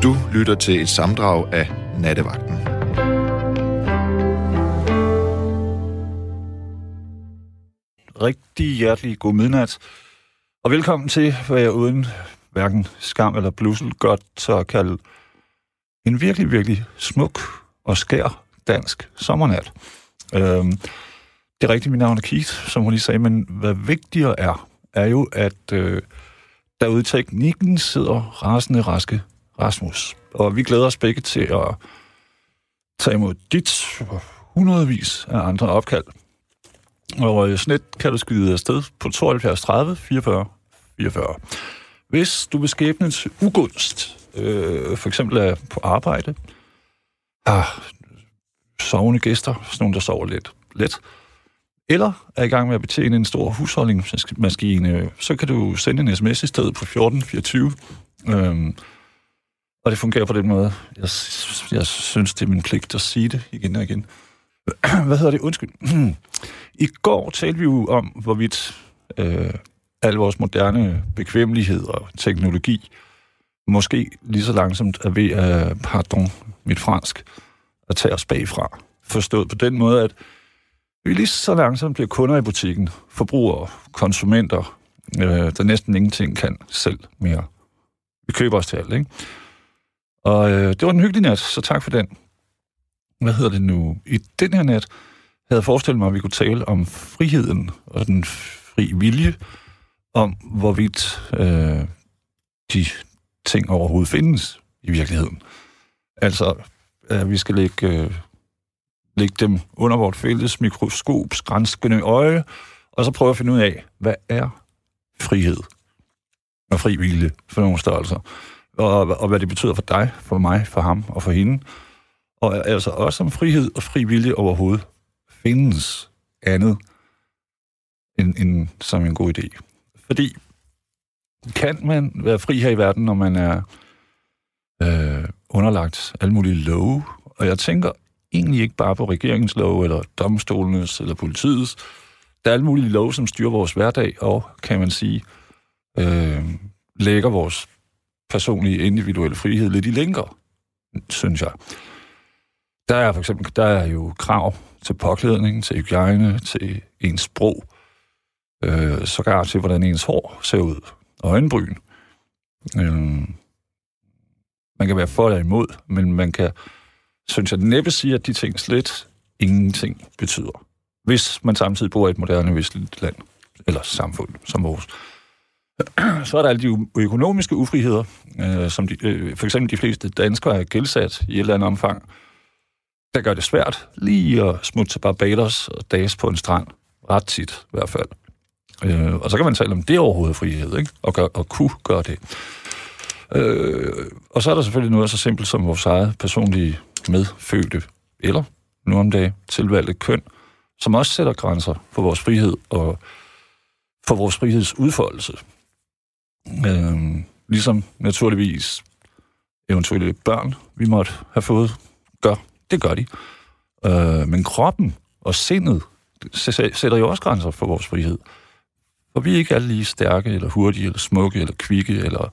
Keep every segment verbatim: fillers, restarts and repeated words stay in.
Du lytter til et sammendrag af Nattevagten. Rigtig hjertelig god midnat, og velkommen til, hvad jeg uden hverken skam eller blussel godt så at kalde en virkelig, virkelig smuk og skær dansk sommernat. Øhm, det er rigtigt, mit navn er Keith, som hun lige sagde, men hvad vigtigere er, er jo, at øh, derude i teknikken sidder rasende raske Rasmus. Og vi glæder os begge til at tage imod dit hundredvis af andre opkald. Og øh, sådan et kan du skyde afsted på tooghalvfjerds tredive fireogfyrre fireogfyrre. Hvis du vil skæbnens ugunst, øh, for eksempel er på arbejde, har sovende gæster, sådan nogle, der sover lidt let, eller er i gang med at betjene en stor husholdningsmaskine, så kan du sende en sms i stedet på fjorten fireogtyve. Øhm, og det fungerer på den måde. Jeg, jeg synes, det er min pligt at sige det igen og igen. Hvad hedder det? Undskyld. I går talte vi jo om, hvorvidt øh, al vores moderne bekvemmelighed og teknologi måske lige så langsomt er ved at, pardon, mit fransk, at tage os bagfra. Forstået på den måde, at vi lige så langsomt bliver kunder i butikken, forbrugere, konsumenter, øh, der næsten ingenting kan selv mere. Vi køber os til alt, ikke? Og øh, det var en hyggelig nat, så tak for den. Hvad hedder det nu? I den her nat havde jeg forestillet mig, at vi kunne tale om friheden og den fri vilje, om hvorvidt øh, de ting overhovedet findes i virkeligheden. Altså, at vi skal lægge, øh, lægge dem under vort fælles mikroskops granskende øje, og så prøve at finde ud af, hvad er frihed og fri vilje for nogle størrelser, og, og hvad det betyder for dig, for mig, for ham og for hende. Og altså også om frihed og fri vilje overhovedet findes andet end, end som en god idé. Fordi kan man være fri her i verden, når man er øh, underlagt alle mulige love? Og jeg tænker egentlig ikke bare på regeringens lov, eller domstolenes, eller politiets. Der er alle mulige love, som styrer vores hverdag, og kan man sige, øh, lægger vores personlige, individuelle frihed lidt i lænker, synes jeg. Der er for eksempel der er jo krav til påklædning, til hygiejne, til ens sprog, øh, sågar til, hvordan ens hår ser ud, og øjenbryn. Øh, man kan være for eller imod, men man kan, synes jeg, næppe sige, at de ting slet ingenting betyder. Hvis man samtidig bor i et moderne vestligt land, eller samfund som vores. Så er der alle de økonomiske ufriheder, øh, som de, øh, for eksempel de fleste danskere er gældsat i et eller andet omfang, der gør det svært lige at smutte til Barbados og dages på en strand. Ret tit i hvert fald. Øh, og så kan man tale om det overhovedet frihed, ikke? Og, gør, og kunne gøre det. Øh, og så er der selvfølgelig noget så simpelt som vores eget personlige medfødte, eller nu om dagen tilvalgte køn, som også sætter grænser for vores frihed og for vores frihedsudfoldelse. Øh, ligesom naturligvis eventuelle børn, vi måtte have fået, gør. Det gør de. Øh, men kroppen og sindet sætter jo også grænser for vores frihed. For vi er ikke alle lige stærke, eller hurtige, eller smukke, eller kvikke, eller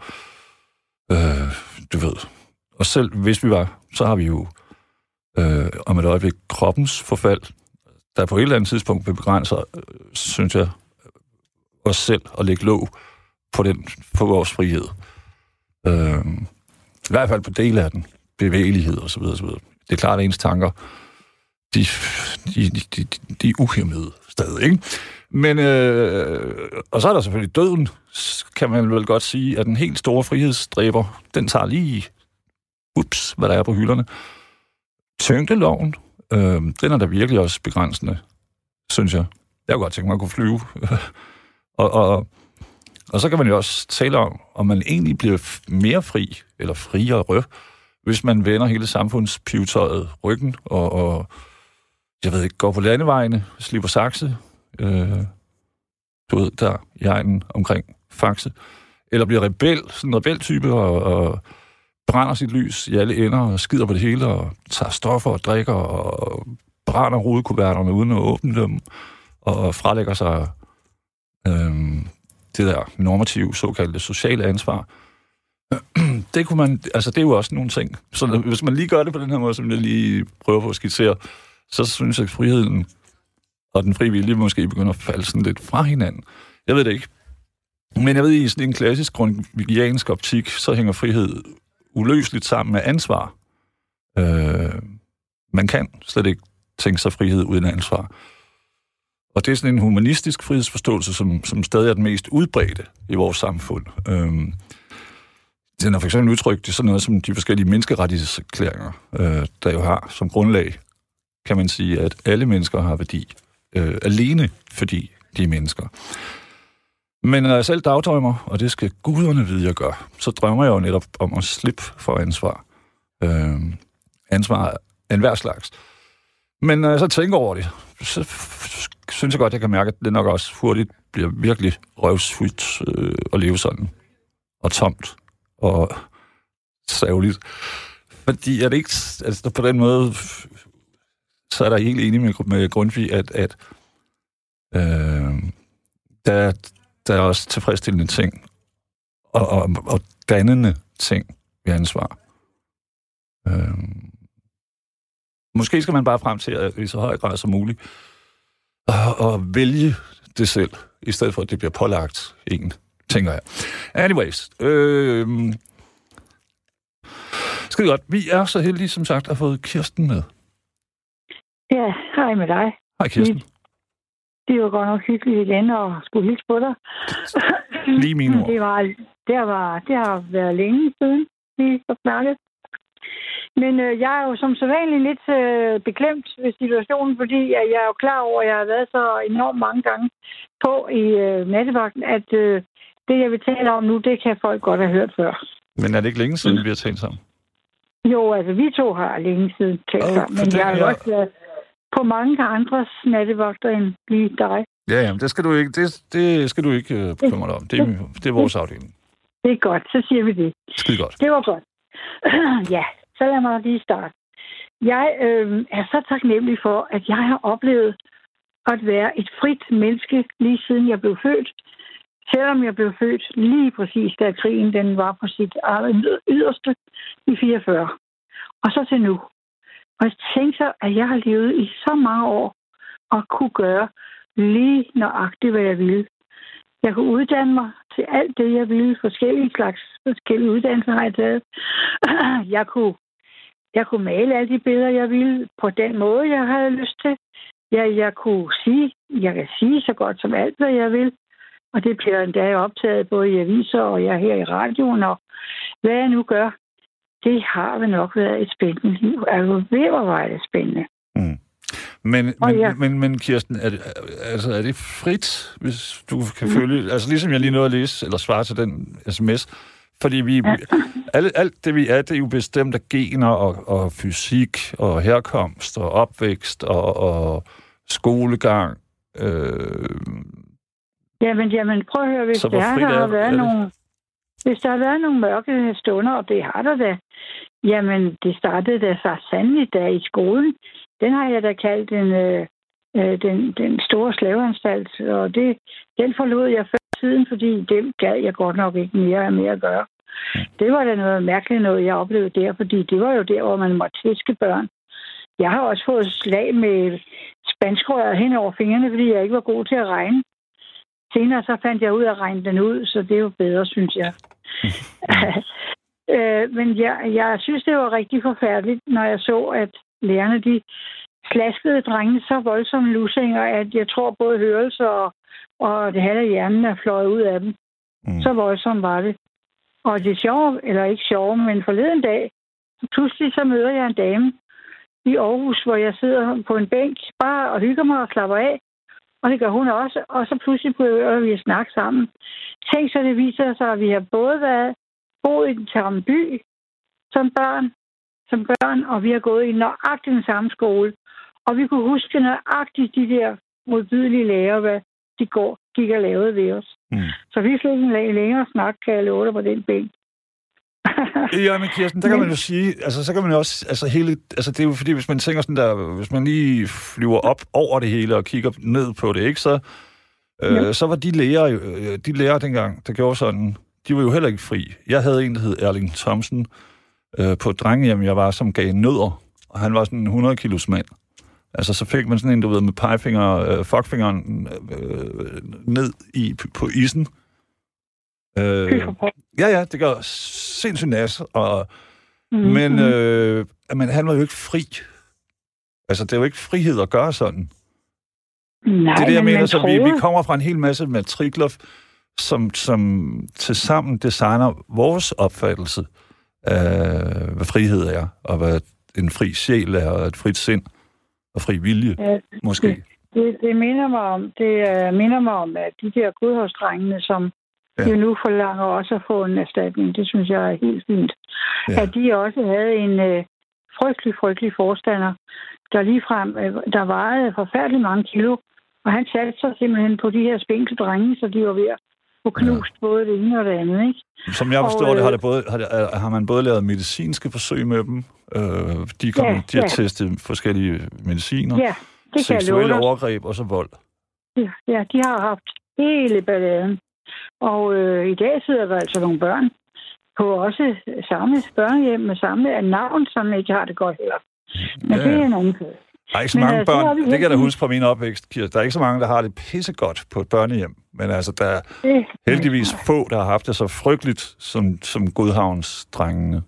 øh, du ved. Og selv hvis vi var, så har vi jo øh, om et øjeblik kroppens forfald, der på et eller andet tidspunkt vil begrænse, øh, synes jeg, os selv at lægge låg på, den, på vores frihed. Øh, I hvert fald på dele af den. Bevægelighed og så videre, så videre. Det er klart, at ens tanker, de, de, de, de er uhæmmede stadig, ikke? Men, øh, og så er der selvfølgelig døden, kan man vel godt sige, at den helt store frihedsstræber, den tager lige, ups, hvad der er på hylderne. Tyngdeloven, øh, den er da virkelig også begrænsende, synes jeg. Jeg kunne godt tænke mig at kunne flyve. og, og, og så kan man jo også tale om, om man egentlig bliver mere fri, eller friere, hvis man vender hele samfundspivetøjet ryggen, og, og jeg ved ikke, går på landevejene, slipper sakse, øh, du ved, der i egnen omkring Faxe, eller bliver rebel, sådan en rebeltype, og, og brænder sit lys i alle ender, og skider på det hele, og tager stoffer og drikker, og brænder rudekuverterne uden at åbne dem, og frelægger sig øh, det der normative, såkaldte sociale ansvar. Det kunne man, altså det er jo også nogle ting. Så hvis man lige gør det på den her måde, som jeg lige prøver på at skitsere, så synes jeg, at friheden og den frie vilje måske begynder at falde sådan lidt fra hinanden. Jeg ved det ikke. Men jeg ved, i sådan en klassisk grundvigiansk optik, så hænger frihed uløseligt sammen med ansvar. Øh, man kan slet ikke tænke sig frihed uden ansvar. Og det er sådan en humanistisk frihedsforståelse, som, som stadig er den mest udbredte i vores samfund. Øh, den er for eksempel udtrykt i sådan noget som de forskellige menneskerettighedserklæringer, øh, der jo har som grundlag, kan man sige, at alle mennesker har værdi. Øh, alene fordi de er mennesker. Men når jeg selv dagdrømmer, og det skal guderne vide, jeg gør, så drømmer jeg jo netop om at slippe for ansvar. Øh, ansvar af enhver slags. Men når jeg så tænker over det, så f- synes jeg godt, jeg kan mærke, at det nok også hurtigt bliver virkelig røvsfyldt øh, at leve sådan. Og tomt. Og særligt. Fordi er det ikke, altså på den måde, så er der helt enig med, med Grundtvig, at, at øh, der, der er også tilfredsstillende ting, og, og, og dannende ting ved ansvar. Øh, måske skal man bare frem til, at i så høj grad som muligt, og, og vælge det selv, i stedet for, at det bliver pålagt en, tænker jeg. Anyways, øh, skide godt. Vi er så heldige, som sagt, at have fået Kirsten med. Ja, hej med dig. Hej Kirsten. Det var godt nok hyggeligt igen at skulle hilse på dig. Lige mine ord. Det, var, det, var, det har været længe siden, vi har snakket. Men øh, jeg er jo som sædvanligt lidt øh, beklemt ved situationen, fordi at jeg er jo klar over, at jeg har været så enormt mange gange på i øh, nattevagten, at øh, det, jeg vil tale om nu, det kan folk godt have hørt før. Men er det ikke længe siden, mm. vi har talt sammen? Jo, altså vi to har længe siden talt oh, sammen, men jeg har jo også været på mange andres nattevagter end lige dig. Ja, jamen, det skal du ikke, det, det skal du ikke uh, bekymre dig om. Det er, det er vores afdeling. Det er godt, så siger vi det. Skide godt. Det var godt. Ja, så lad mig lige starte. Jeg øh, er så taknemmelig for, at jeg har oplevet at være et frit menneske lige siden jeg blev født. Selvom jeg blev født lige præcis, da krigen den var på sit yderste i fireogfyrre. Og så til nu. Og jeg tænker så, at jeg har levet i så mange år og kunne gøre lige nøjagtigt, hvad jeg ville. Jeg kunne uddanne mig til alt det, jeg ville. Forskellige slags forskellige uddannelser har jeg taget. Jeg kunne, jeg kunne male alle de billeder, jeg ville, på den måde, jeg havde lyst til. Jeg, jeg kunne sige, jeg kan sige så godt som alt, hvad jeg vil. Og det bliver endda optaget både i aviser, og jeg her i radioen, og hvad jeg nu gør, det har vel nok været et spændende liv. Altså, ved at være det spændende. Mm. Men, men, ja. men, men Kirsten, er det, altså, er det frit, hvis du kan mm. følge... Altså ligesom jeg lige nåede at læse, eller svare til den sms, fordi vi... Ja. Alt, alt det, vi er, det er jo bestemt af gener og, og fysik og herkomst og opvækst og, og skolegang. Øh, jamen, jamen, prøv at høre, hvis der, der har været nogle... Hvis der har været nogle mørke stunder, og det har der da, jamen, det startede da så sandelig der i skolen. Den har jeg da kaldt den, øh, den, den store slaveanstalt, og det, den forlod jeg før tiden, fordi det gad jeg godt nok ikke mere og mere at gøre. Det var da noget mærkeligt noget, jeg oplevede der, fordi det var jo der, hvor man måtte tæske børn. Jeg har også fået slag med spanskrøret hen over fingrene, fordi jeg ikke var god til at regne. Senere så fandt jeg ud af at regne den ud, så det er jo bedre, synes jeg. øh, men jeg, jeg synes, det var rigtig forfærdeligt, når jeg så, at lærerne, de slaskede drengene så voldsomme lusinger, at jeg tror både hørelse og, og det halve hjernen er fløjet ud af dem. Mm. Så voldsomt var det. Og det er sjovt, eller ikke sjovt, men forleden dag, pludselig så møder jeg en dame i Aarhus, hvor jeg sidder på en bænk bare og hygger mig og slapper af. Og det gør hun også. Og så pludselig begynder vi at snakke sammen. Tænk så, det viser sig, at vi har både været boet i den samme by som børn, som børn, og vi har gået i nøjagtigt den samme skole. Og vi kunne huske nøjagtigt de der modbydelige lærer, hvad de går, gik og lavede ved os. Mm. Så vi fik en længere snak, kan jeg love dig, på den bænk. Ja, men Kirsten, der kan man jo sige, altså så kan man jo også, altså hele, altså det er jo fordi, hvis man tænker sådan der, hvis man lige flyver op over det hele og kigger ned på det, ikke, så, øh, ja. så var de lærere, de lærere dengang, der gjorde sådan, de var jo heller ikke fri. Jeg havde en, der hed Erling Thomsen, øh, på et drengehjem, jeg var, som gav nødder, og han var sådan en hundrede kilos mand. Altså, så fik man sådan en, du ved, med pegefinger, øh, fuckfingeren øh, ned i, på isen. Øh, ja, ja, det gør sindssygt nas, og, mm-hmm. men, øh, men han var jo ikke fri. Altså, det er jo ikke frihed at gøre sådan. Nej, det er det, jeg mener, så vi, vi troede... kommer fra en hel masse matrikler, som, som tilsammen designer vores opfattelse af, hvad frihed er, og hvad en fri sjæl er, og et frit sind, og fri vilje, ja, måske. Det, det, det, minder mig om, det uh, minder mig om, at de der godhavsdrengene, som ja. jo nu forlanger også at få en erstatning, det synes jeg er helt fint. Ja. At de også havde en uh, frygtelig, frygtelig forstander, der ligefrem, uh, der vejede forfærdeligt mange kilo, og han satte sig simpelthen på de her spinkle drenge, så de var ved at få knust ja. både det ene og det andet, ikke? Som jeg forstår og, det, har, det både, har, det, har man både lavet medicinske forsøg med dem, øh, de, kom, ja, de har ja. testet forskellige mediciner, ja, det seksuelle overgreb og så vold. Ja, ja, de har haft hele balladen. Og øh, i dag sidder der altså nogle børn på også samme børnehjem med samme navn, som ikke har det godt heller. Men ja. det er nogen kød. Der er ikke så mange men, børn, det, det kan jeg da huske fra min opvækst, Kirsten. Der er ikke så mange, der har det pissegodt på et børnehjem. Men altså, der er det, heldigvis få, der har haft det så frygteligt som, som Godhavnsdrengene.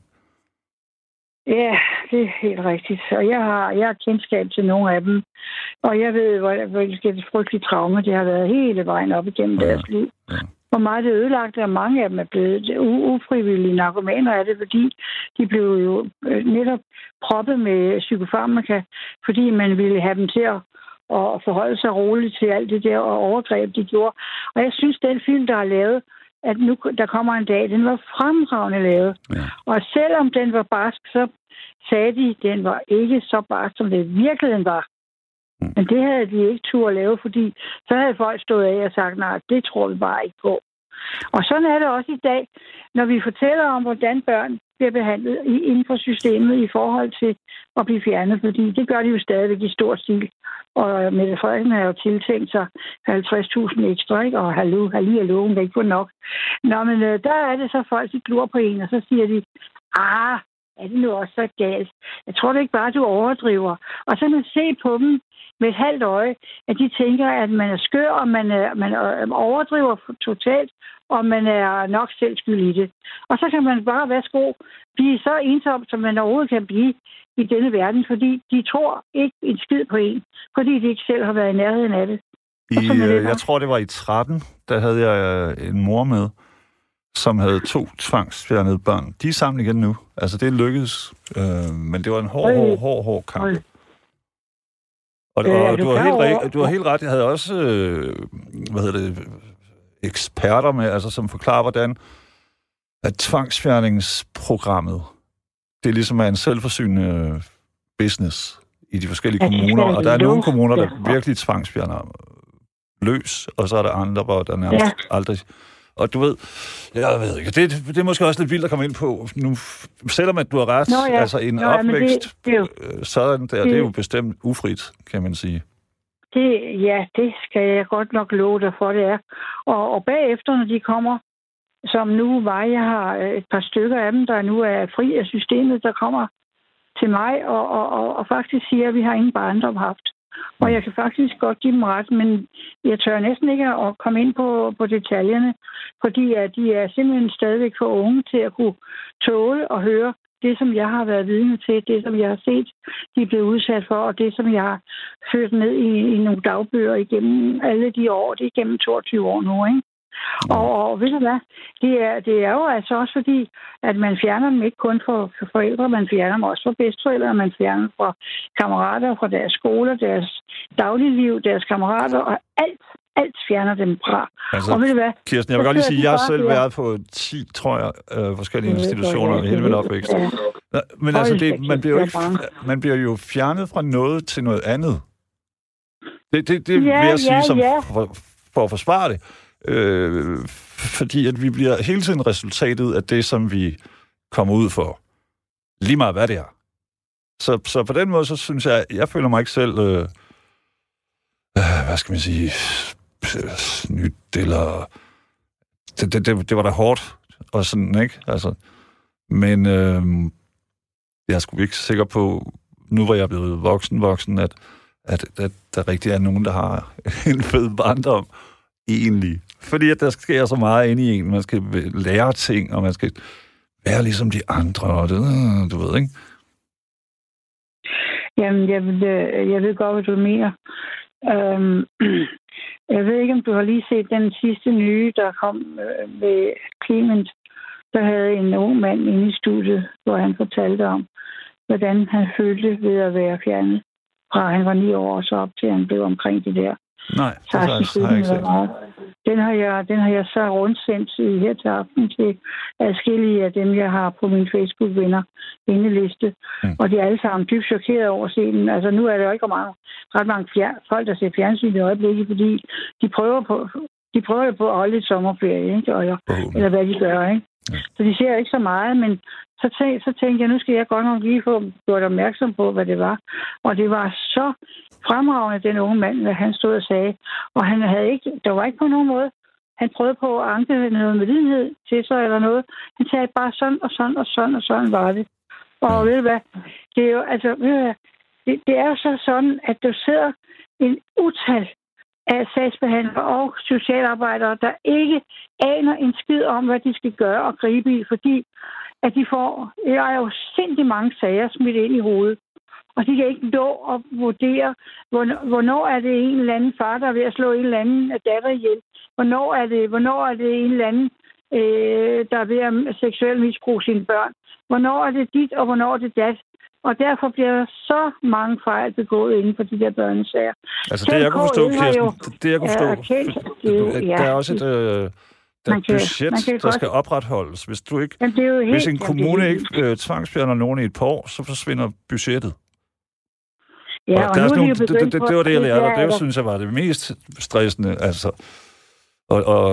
Ja, det er helt rigtigt. Og jeg har, jeg har kendskab til nogle af dem. Og jeg ved, hvilket frygteligt traume det har været hele vejen op igennem ja. deres liv. Ja. Hvor meget det er ødelagt, og mange af dem er blevet ufrivillige narkomaner af det, fordi de blev jo netop proppet med psykofarmaka, fordi man ville have dem til at, at forholde sig roligt til alt det der og overgreb, de gjorde. Og jeg synes, den film, der er lavet, at nu der kommer en dag, den var fremragende lavet. Ja. Og selvom den var barsk, så sagde de, at den var ikke så barsk, som det virkelig var. Men det havde de ikke tur at lave, fordi så havde folk stået af og sagt, nej, det tror vi bare ikke på. Og sådan er det også i dag, når vi fortæller om, hvordan børn bliver behandlet inden for systemet i forhold til at blive fjernet, fordi det gør de jo stadigvæk i stor stil. Og Mette Frederiksen har jo tiltænkt sig halvtreds tusind ekstra, ikke? Og hallo, hallo, hallo, hun kan ikke få nok. Nå, men øh, der er det så folk, de glor på en, og så siger de, ah, er det nu også så galt? Jeg tror det ikke bare, du overdriver. Og så kan man se på dem med et halvt øje, at de tænker, at man er skør, og man, er, man overdriver totalt, og man er nok selv skyld i det. Og så kan man bare, værsgo, blive så ensom, som man overhovedet kan blive i denne verden, fordi de tror ikke en skid på en, fordi de ikke selv har været i nærheden af det. I, det jeg tror, det var i tretten, der havde jeg en mor med, som havde to tvangsfjernede børn. De er sammen igen nu. Altså, det lykkedes. Øh, men det var en hård, hård, hård, hård kamp. Øj. Og, og, og du, har helt, du har helt ret. Jeg havde også, øh, hvad hedder det, eksperter med, altså, som forklarer, hvordan at tvangsfjerningsprogrammet, det ligesom er en selvforsynende business i de forskellige kommuner. Og der er nogle kommuner, der virkelig tvangsfjerner løs, og så er der andre, hvor der nærmest ja. aldrig... Og du ved, jeg ved ikke, det, det er måske også lidt vildt at komme ind på nu, selvom at du har ret, Nå, ja. altså en Nå, opvækst, det, det jo, sådan der, det, det er jo bestemt ufrit, kan man sige. Det, ja, det skal jeg godt nok love dig for, det er. Og, og bagefter, når de kommer, som nu var, jeg har et par stykker af dem, der nu er fri af systemet, der kommer til mig, og, og, og, og faktisk siger, at vi har ingen barndom haft. Og jeg kan faktisk godt give dem ret, men jeg tør næsten ikke at komme ind på, på detaljerne, fordi at de er simpelthen stadigvæk for unge til at kunne tåle og høre det, som jeg har været vidne til, det, som jeg har set, de er blevet udsat for, og det, som jeg har ført ned i, i nogle dagbøger igennem alle de år. Det er igennem toogtyve år nu, ikke? Og, og ved du hvad, det er, det er jo altså også fordi, at man fjerner dem ikke kun for, for forældre, man fjerner dem også for bedsteforældre, man fjerner dem fra kammerater, fra deres skoler, deres dagligliv, deres kammerater, og alt, alt fjerner dem fra. Altså, og ved du hvad, Kirsten, jeg vil godt lige sige, at jeg har selv været på ti, tror jeg, øh, forskellige ja, institutioner i hele min opvækst. Ja. Men altså, det, man, bliver jo ikke, man bliver jo fjernet fra noget til noget andet. Det, det, det ja, vil jeg sige ja, som ja. For, for at forsvare det. Øh, fordi at vi bliver hele tiden resultatet af det, som vi kommer ud for. Lige meget hvad det er. Så, så på den måde, så synes jeg, jeg føler mig ikke selv, øh, øh, hvad skal man sige, snydt, eller... Det, det, det, det var da hårdt. og sådan, ikke? Altså, men øh, jeg er sgu ikke sikker på, nu hvor jeg er blevet voksen, voksen, at, at, at der rigtig er nogen, der har en fed barndom, egentlig. Fordi at der sker så meget inde i en. Man skal lære ting, og man skal være ligesom de andre, og det, du ved, ikke? Jamen, jeg, jeg ved godt, hvad du mener. Øhm, jeg ved ikke, om du har lige set den sidste nye, der kom med Clement, der havde en ung mand inde i studiet, hvor han fortalte om, hvordan han følte ved at være fjernet fra han var ni år og så op til han blev omkring det der. Nej, det har jeg, har jeg ikke set. Den har jeg, den har jeg så rundsendt her til aften til adskillige af dem, jeg har på min Facebook-venner indeliste. Mm. Og de er alle sammen dybt chokeret over at se den. Altså nu er der jo ikke mange, ret mange fjer- folk, der ser fjernsyn i øjeblikket, fordi de prøver på, de prøver på at holde et sommerferie, ikke? Eller, uh-huh. eller hvad de gør, ikke? Ja. Så de ser ikke så meget, men så, tæ- så tænkte jeg, nu skal jeg godt nok lige få gjort opmærksom på, hvad det var. Og det var så fremragende, den unge mand, hvad han stod og sagde. Og han havde ikke, der var ikke på nogen måde, han prøvede på at anke noget med lidenhed til sig eller noget. Han sagde bare sådan og sådan og sådan og sådan var det. Og ved du hvad, det er jo, altså, ved du hvad, det, det er jo så sådan, at der sidder en utal af sagsbehandlere og socialarbejdere, der ikke aner en skid om, hvad de skal gøre og gribe i, fordi at de får, jeg er jo sindssygt mange sager smidt ind i hovedet. Og de kan ikke nå at vurdere, hvornår er det en eller anden far, der er ved at slå en eller anden datter ihjel. Hvornår er det, hvornår er det en eller anden, øh, der er ved at seksuelt misbruge sine børn. Hvornår er det dit, og hvornår er det dat. Og derfor bliver der så mange fejl begået inden for de der børnesager. Altså det, jeg kunne forstå, Kirsten, det, jeg kunne forstå, der er også et, øh, der kan, budget, der godt skal opretholdes. Hvis, du ikke, jamen, hvis en helt, kommune jamen, ikke øh, tvangsfjerner nogen i et par år, så forsvinder budgettet. Ja, og, og og nu nogle, de det, det, det, det var det, jeg lærte, og det, det synes jeg var det mest stressende, altså, og, og,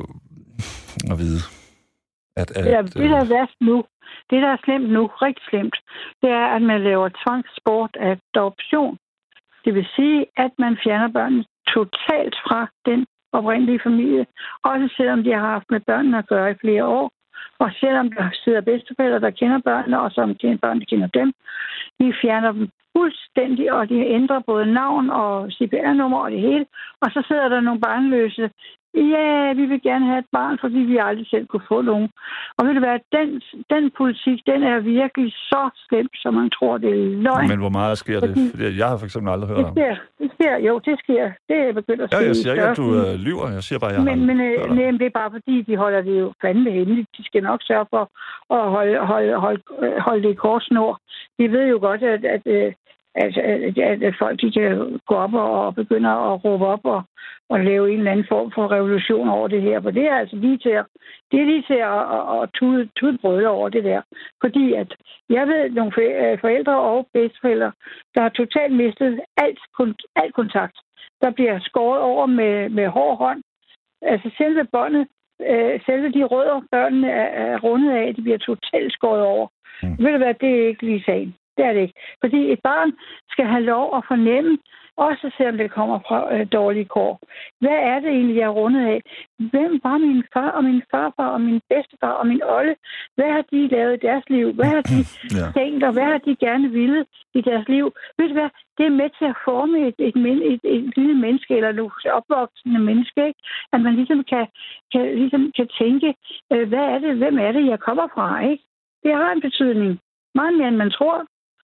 at vide, at... at ja, det, der er værst nu, det, der er slemt nu, rigtig slemt, det er, at man laver tvangsport af adoption. Det vil sige, at man fjerner børnene totalt fra den oprindelige familie, også selvom de har haft med børnene at gøre i flere år, og selvom der sidder bedsteforældre, der kender børnene, og som børnene kender dem, de fjerner dem fuldstændig, og de ændrer både navn og C P R-nummer og det hele. Og så sidder der nogle barnløse. Ja, vi vil gerne have et barn, fordi vi aldrig selv kunne få nogen. Og ved du hvad, den, den politik, den er virkelig så slemt, som man tror, det er løgn. Men hvor meget sker det? Fordi jeg har for eksempel aldrig hørt det sker, om. Det sker, jo, det sker. Det er begyndt at ske. Ja, jeg siger ikke, at du øh, lyver. Jeg siger bare, at jeg men, har men, øh, nej, men det er bare fordi, de holder det jo fandme hemmeligt. De skal nok sørge for at holde, holde, holde, holde det i kort snor. De ved jo godt, at, at, at, at, at, at folk de kan gå op og, og begynde at råbe op og, og lave en eller anden form for revolution over det her. For det er altså lige til at, det er lige til at, at, at tude, tude brødre over det der. Fordi at jeg ved nogle forældre og bedsteforældre, der har totalt mistet alt, alt kontakt. Der bliver skåret over med, med hård hånd. Altså selve båndet, øh, selve de rødder, børnene er, er rundet af, de bliver totalt skåret over. Mm. Ved du hvad, det er ikke lige sagen. Det er det ikke. Fordi et barn skal have lov at fornemme, også selvom det kommer fra øh, dårlige kår. Hvad er det egentlig, jeg er rundet af? Hvem var min far og min farfar og min bedstefar og min olle? Hvad har de lavet i deres liv? Hvad har de ja. tænkt, og hvad har de gerne ville i deres liv? Ved du hvad? Det er med til at forme et, et, et, et, et lille menneske, eller et opvoksende menneske, ikke? At man ligesom kan, kan, ligesom kan tænke, øh, hvad er det, hvem er det, jeg kommer fra, ikke? Det har en betydning. Meget mere, end man tror.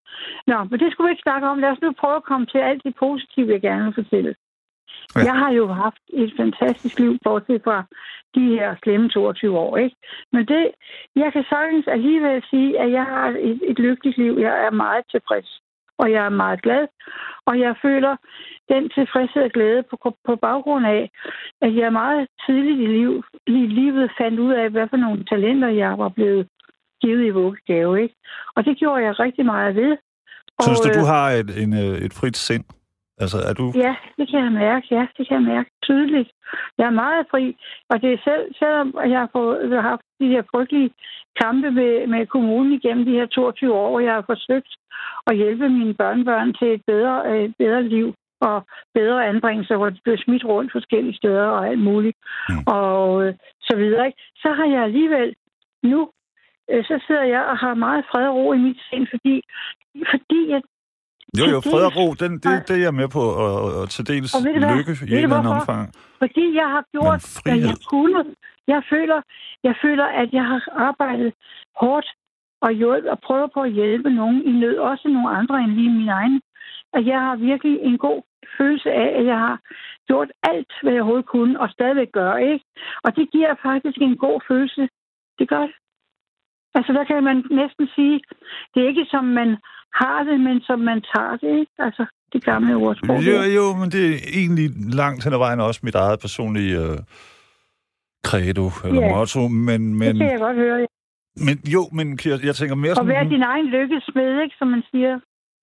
Nå, men det skulle vi ikke snakke om. Lad os nu prøve at komme til alt det positive, jeg gerne vil fortælle. Ja. Jeg har jo haft et fantastisk liv, bortset fra de her slemme toogtyve år, ikke? Men det, jeg kan sagtens alligevel sige, at jeg har et, et lykkeligt liv. Jeg er meget tilfreds, og jeg er meget glad. Og jeg føler den tilfredshed og glæde på, på baggrund af, at jeg meget tidligt i, liv, i livet fandt ud af, hvad for nogle talenter jeg var blevet givet i vuggegave, ikke? Og det gjorde jeg rigtig meget ved. Synes og, du, du har et, en, et frit sind? Altså, er du... Ja, det kan jeg mærke. Ja, det kan jeg mærke tydeligt. Jeg er meget fri, og det er selv, selvom jeg har, fået, jeg har haft de her frygtelige kampe med, med kommunen igennem de her toogtyve år, hvor jeg har forsøgt at hjælpe mine børnebørn til et bedre, et bedre liv og bedre anbringelser, hvor de bliver smidt rundt forskellige steder og alt muligt, mm. og øh, så videre, ikke? Så har jeg alligevel nu, øh, så sidder jeg og har meget fred og ro i mit sind, fordi, fordi jeg... Jo, jo, fred og ro, den, det, det er jeg med på, og, og til dels lykke i en eller anden omfang. Fordi jeg har gjort, hvad jeg kunne. Jeg føler, jeg føler, at jeg har arbejdet hårdt og, hjulpet, og prøver på at hjælpe nogen i nød, også nogle andre end lige min egen. Og jeg har virkelig en god følelse af, at jeg har gjort alt, hvad jeg overhovedet kunne, og stadigvæk gør, ikke? Og det giver faktisk en god følelse. Det gør det. Altså, der kan man næsten sige, det er ikke som man har det, men som man tager det, ikke? Altså, det gamle ordsprog. Jo, jo, men det er egentlig langt hen ad vejen også mit eget personlige øh, credo, eller ja. motto, men, men... Det kan jeg godt høre, ja. Men jo, men jeg tænker mere sådan... Og være din egen lykkesmed, ikke, som man siger.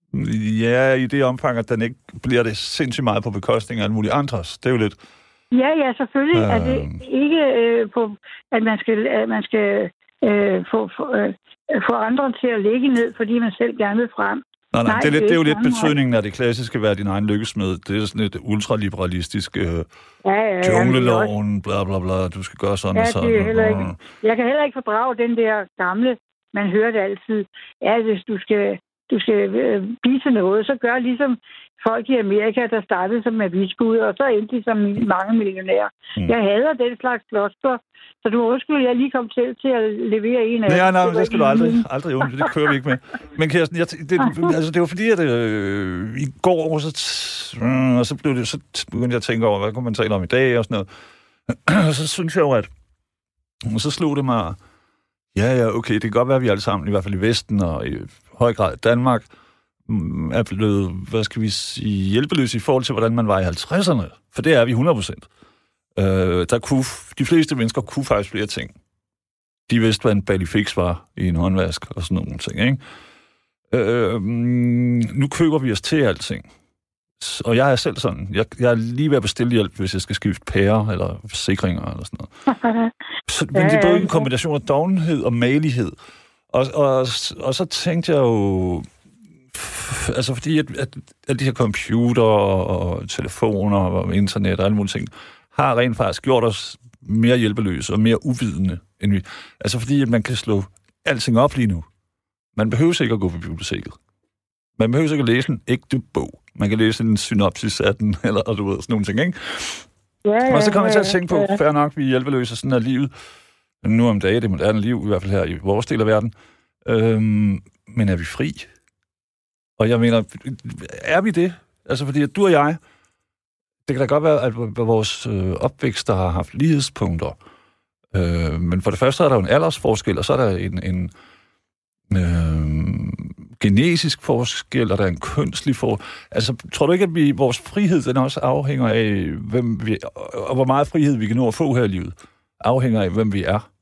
Ja, i det omfang, at den ikke bliver det sindssygt meget på bekostning af alle mulige andres. Det er jo lidt... Ja, ja, selvfølgelig øh... er det ikke øh, på, at man skal, at man skal øh, få, få, øh, få andre til at ligge ned, fordi man selv gerne vil frem. Nej, nej, nej det, er lidt, det er jo lidt betydningen af det klassiske være din egen lykkesmed. Det er sådan et ultraliberalistisk øh, ja, ja, ja, jungleloven, bla bla bla, du skal gøre sådan ja, og sådan. Det er heller ikke. Jeg kan heller ikke fordrage den der gamle, man hører det altid. Ja, hvis du skal, du skal øh, blive til noget, så gør ligesom folk i Amerika, der startede som avisbud, og så endte de som mange millionærer. Mm. Jeg hader den slags kloster, så du undskylder, jeg lige kom til til at levere en af... Nej, nej, nej, det skal du aldrig, aldrig undre. Det kører vi ikke med. Men Kirsten, jeg, det, altså, det var fordi, at øh, i går, så, øh, og så, blev det, så begyndte jeg at tænke over, hvad kunne man tale om i dag, og sådan noget. Og så synes jeg jo, at... Og så slog det mig... Ja, ja, okay, det kan godt være, at vi alle sammen, i hvert fald i Vesten, og i høj grad Danmark, er blevet, hvad skal vi sige, hjælpeløse i forhold til, hvordan man var i halvtredserne. For det er vi hundrede procent. Øh, der kunne, de fleste mennesker kunne faktisk flere ting. De vidste, hvad en balifix var i en håndvask og sådan nogle ting, ikke? Øh, nu køber vi os til alting. Og jeg er selv sådan. Jeg, jeg er lige ved at bestille hjælp, hvis jeg skal skifte pærer eller forsikringer eller sådan noget. Så, men det er både en kombination af dovenhed og malighed. Og, og, og så tænkte jeg jo... Altså fordi, at, at, at de her computer og telefoner og internet og alle mulige ting, har rent faktisk gjort os mere hjælpeløse og mere uvidende, end vi... Altså fordi, at man kan slå alting op lige nu. Man behøver ikke at gå på biblioteket. Man behøver ikke at læse en ægte bog. Man kan læse en synopsis af den, eller og du ved, sådan nogle ting, ikke? Ja, ja, og så kommer jeg til at tænke på, ja, ja. fair nok, vi er hjælpeløse, sådan er livet. Nu om dagen, det moderne liv, i hvert fald her i vores del af verden. Øhm, men er vi fri? Og jeg mener, er vi det? Altså, fordi at du og jeg, det kan da godt være, at vores øh, opvækster har haft lighedspunkter. Øh, men for det første er der jo en aldersforskel, og så er der en, en øh, genetisk forskel, og der er en kønslig forskel. Altså, tror du ikke, at vi, vores frihed, den også afhænger af, hvem vi, og hvor meget frihed vi kan nå at få her i livet, afhænger af, hvem vi er?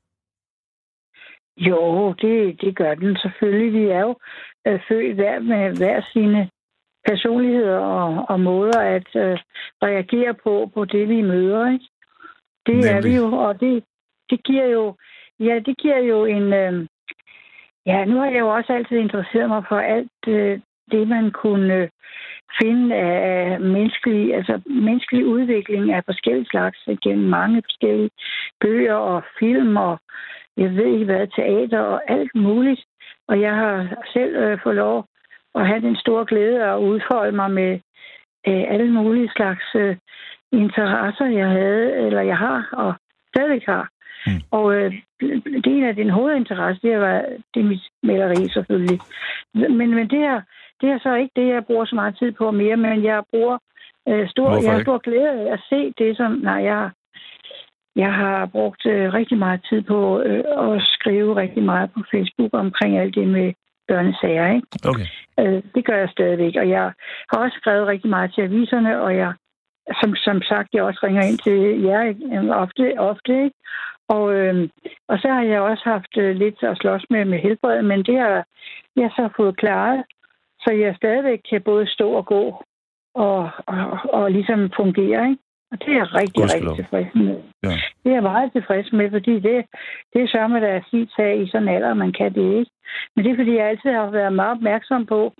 Jo, det, det gør den selvfølgelig. Vi er jo øh, født hver med hver sine personligheder og, og måder at øh, reagere på, på det, vi møder, ikke? Det Nemlig. er vi jo, og det, det giver jo, ja, det giver jo en, øh, ja, nu har jeg jo også altid interesseret mig for alt øh, det, man kunne øh, finde af menneskelig, altså menneskelig udvikling af forskellige slags, gennem mange forskellige bøger og film og jeg ved ikke hvad, teater og alt muligt. Og jeg har selv øh, fået lov at have den store glæde at udfolde mig med øh, alle mulige slags øh, interesser, jeg havde, eller jeg har, og stadig har. Mm. Og øh, det er en af din hovedinteresse, det er, det er mit maleri selvfølgelig. Men, men det, er, det er så ikke det, jeg bruger så meget tid på mere, men jeg bruger øh, stor, jeg har stor glæde af at se det, som, nej, jeg Jeg har brugt øh, rigtig meget tid på øh, at skrive rigtig meget på Facebook omkring alt det med børnesager, ikke? Okay. Øh, det gør jeg stadigvæk, og jeg har også skrevet rigtig meget til aviserne, og jeg, som, som sagt, jeg også ringer ind til jer ikke? ofte, ofte, ikke? Og, øh, og så har jeg også haft øh, lidt at slås med med helbred, men det har jeg så fået klaret, så jeg stadigvæk kan både stå og gå og, og, og ligesom fungere, ikke? Og det er jeg rigtig, rigtig tilfreds med. Ja. Det er jeg meget tilfreds med, fordi det, det er sørme, der er sit sag i sådan en alder, man kan det ikke. Men det er, fordi jeg altid har været meget opmærksom på,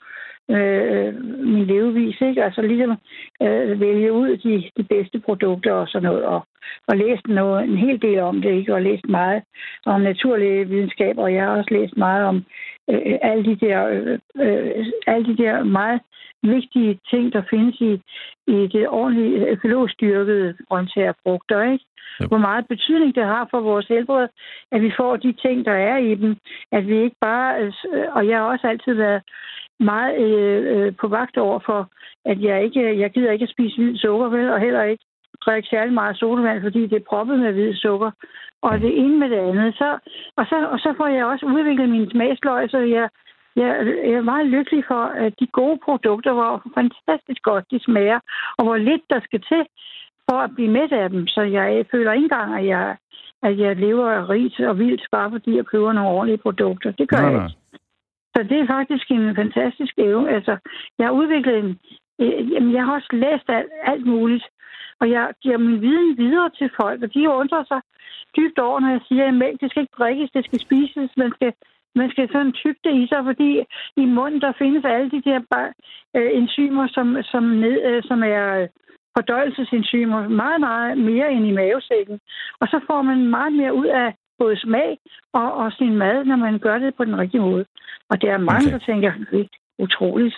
øh, min levevis, ikke? Altså ligesom øh, vælge ud de, de bedste produkter og sådan noget, og, og læst noget, en hel del om det, ikke? Og læst meget om naturlige videnskab, og jeg har også læst meget om øh, alle de der øh, øh, alle de der meget vigtige ting, der findes i, i det ordentlige økologisk dyrkede grøntsager og frugter, ikke? Yep. Hvor meget betydning det har for vores helbred, at vi får de ting, der er i dem. At vi ikke bare... Øh, og jeg har også altid været meget øh, på vagt over for, at jeg ikke jeg gider ikke at spise hvid sukker, vel, og heller ikke drikke særlig meget sodavand, fordi det er proppet med hvid sukker. Og det ene med det andet. Så, og, så, og så får jeg også udviklet min smagsløg, så jeg, jeg, jeg er meget lykkelig for, at de gode produkter, hvor fantastisk godt de smager, og hvor lidt der skal til for at blive mæt af dem. Så jeg føler ikke engang, at jeg, at jeg lever rigt og vildt, bare fordi jeg køber nogle ordentlige produkter. Det gør nej, jeg ikke. Så det er faktisk en fantastisk evne. Altså, jeg har udviklet en... Øh, jamen, jeg har også læst alt, alt muligt, og jeg giver min viden videre til folk, og de undrer sig dybt over, når jeg siger, at mælk, det skal ikke drikkes, det skal spises, man skal, man skal sådan tygge det i sig, fordi i munden, der findes alle de der øh, enzymer, som, som, ned, øh, som er fordøjelsesenzymer, meget, meget mere end i mavesækken. Og så får man meget mere ud af både smag og, og sin mad, når man gør det på den rigtige måde. Og der er mange, okay. der tænker, det er utroligt.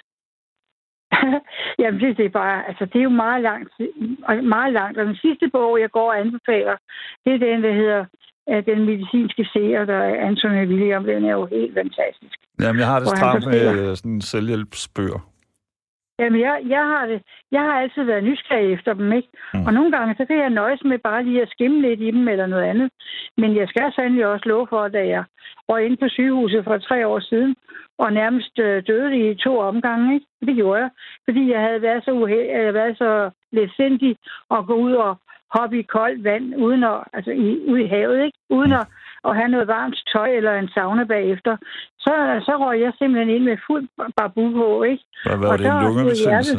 Jamen, det, det er bare, altså, det er jo meget langt, meget langt. Og den sidste bog, jeg går og anbefaler, det er den, der hedder Den medicinske seer, der er Anthony William. Den er jo helt fantastisk. Jamen, jeg har det stramt med sådan en selvhjælpsbøger. Jamen, jeg, jeg, har det. jeg har altid været nysgerrig efter dem, ikke? Mm. Og nogle gange, så kan jeg nøjes med bare lige at skimme lidt i dem eller noget andet. Men jeg skal sandelig også love for, da jeg var inde på sygehuset for tre år siden, og nærmest øh, døde i to omgange, ikke? Det gjorde jeg. Fordi jeg havde været så uheldig, jeg havde været så letsindig at gå ud og hoppe i koldt vand, uden at, altså i, ude i havet, ikke? Uden at, at have noget varmt tøj eller en sauna bagefter. Så, så røg jeg simpelthen ind med fuld barbu på, ikke? Hvad var det, en lungebetændelse?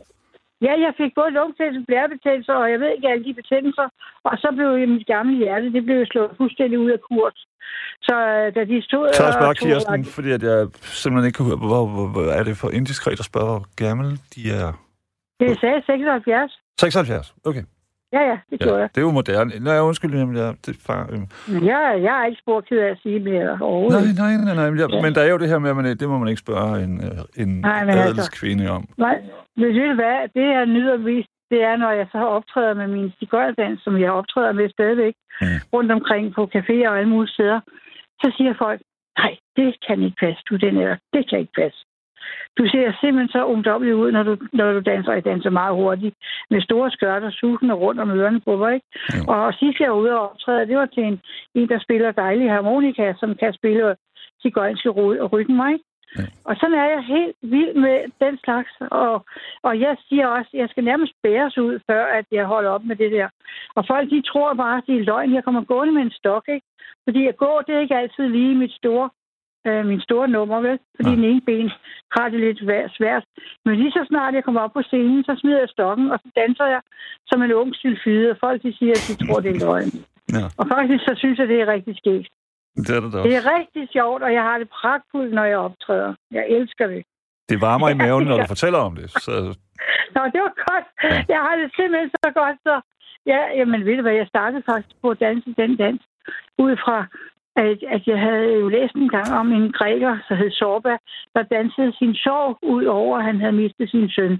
Ja, jeg fik både lungebetændelse og blærebetændelse, og jeg ved ikke alle de betændelser. Og så blev mit gamle hjerte, det blev slået fuldstændig ud af kurs. Så da de stod... Så jeg spørger Kirsten, og... fordi at jeg simpelthen ikke kan høre, hvor, hvor, hvor er det for indiskret at spørge, hvor gammel de er? Det sagde seksoghalvfjerds. seksoghalvfjerds, okay. Ja, ja, det tror ja, jeg. Det er jo moderne. Nå, jeg undskyld, men jeg, det er far, øh. jeg, jeg er ikke spurgt ked af at sige mere overhovedet. Nej, nej, nej, nej. Men, jeg, ja. men der er jo det her med, at man, det må man ikke spørge en, en adelskvinde altså, om. Nej, ved du hvad? Det, jeg nyder vist, det er, når jeg så optræder med min sigøjerdans, som jeg optræder med stadigvæk, mm. rundt omkring på caféer og alle mulige steder, så siger folk, nej, det kan ikke passe, du den er, det kan ikke passe. Du ser simpelthen så ungdommelig ud, når du, når du danser. Jeg danser meget hurtigt, med store skørter, susende rundt om ørerne på mig, ikke? Mm. Og sidst jeg var ude og optræde, det var til en, en der spiller dejlig harmonika, som kan spille sigøjnske rytmer, ikke? Mm. Og sådan er jeg helt vild med den slags. Og, og jeg siger også, at jeg skal nærmest bæres ud, før at jeg holder op med det der. Og folk, de tror bare, at det er løgn. Jeg kommer gående med en stok, ikke? Fordi at gå, det er ikke altid lige mit store Øh, min store nummer, vel? Fordi ja. Den ene ben har det lidt svært. Men lige så snart jeg kommer op på scenen, så smider jeg stokken, og så danser jeg som en ung sylfide, og folk de siger, at de tror, det er løgn. Ja. Og faktisk så synes jeg, det er rigtig skægt. Det er det da også. Det er rigtig sjovt, og jeg har det pragtfuldt, når jeg optræder. Jeg elsker det. Det varmer i maven, når du fortæller om det. Så... Nå, det var godt. Ja. Jeg har det simpelthen så godt, så... Ja, jamen ved du hvad, jeg startede faktisk på at danse den dans, ud fra At, at jeg havde jo læst en gang om en græker, der hed Sorba, der dansede sin sorg ud over, at han havde mistet sin søn.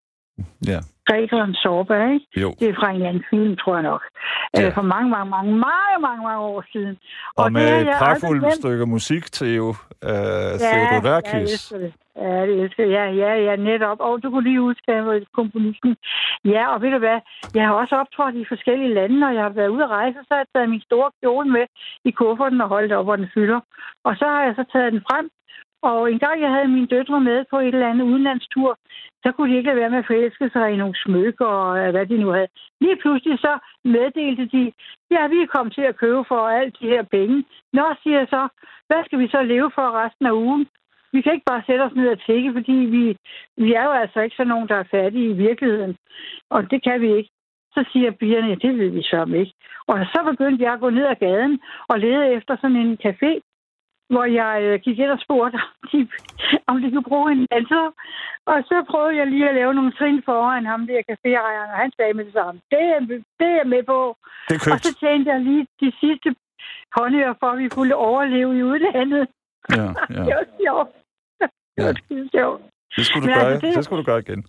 Ja. Grækeren Sorba, ikke? Jo. Det er fra en eller anden film, tror jeg nok. Ja. For mange, mange, mange, mange, mange, mange år siden. Og, og med et pragtfuldt stykke musik til jo uh, Theodorakis. Ja, det. Ja, det elsker ja, ja, ja, netop. Og du kunne lige huske, at jeg var komponisten. Ja, og ved du hvad? Jeg har også optrådt i forskellige lande, og jeg har været ude at rejse, så har jeg taget min store kjole med i kufferten og holdt op, hvor den fylder. Og så har jeg så taget den frem. Og en gang jeg havde mine døtre med på et eller andet udenlandstur, så kunne de ikke lade være med at forelske sig i nogle smykker og hvad de nu havde. Lige pludselig så meddelte de, ja, vi er kommet til at købe for alt de her penge. Nå, siger jeg så, hvad skal vi så leve for resten af ugen? Vi kan ikke bare sætte os ned og tække, fordi vi, vi er jo altså ikke sådan nogen, der er fattige i virkeligheden. Og det kan vi ikke. Så siger pigerne, ja, det ved vi så ikke. Og så begyndte jeg at gå ned ad gaden og lede efter sådan en café, hvor jeg øh, gik ind og spurgte, om de, om de kunne bruge en danser. Og så prøvede jeg lige at lave nogle trin foran ham, der caféejeren, og han sagde med det samme. Det er, det er med på. Det er og så tjente jeg lige de sidste håndører for, at vi kunne overleve i udlandet. Ja, ja. Det var sjovt. Det var skide sjovt. Det skulle du Men gøre, altså, det... det skulle du gøre igen.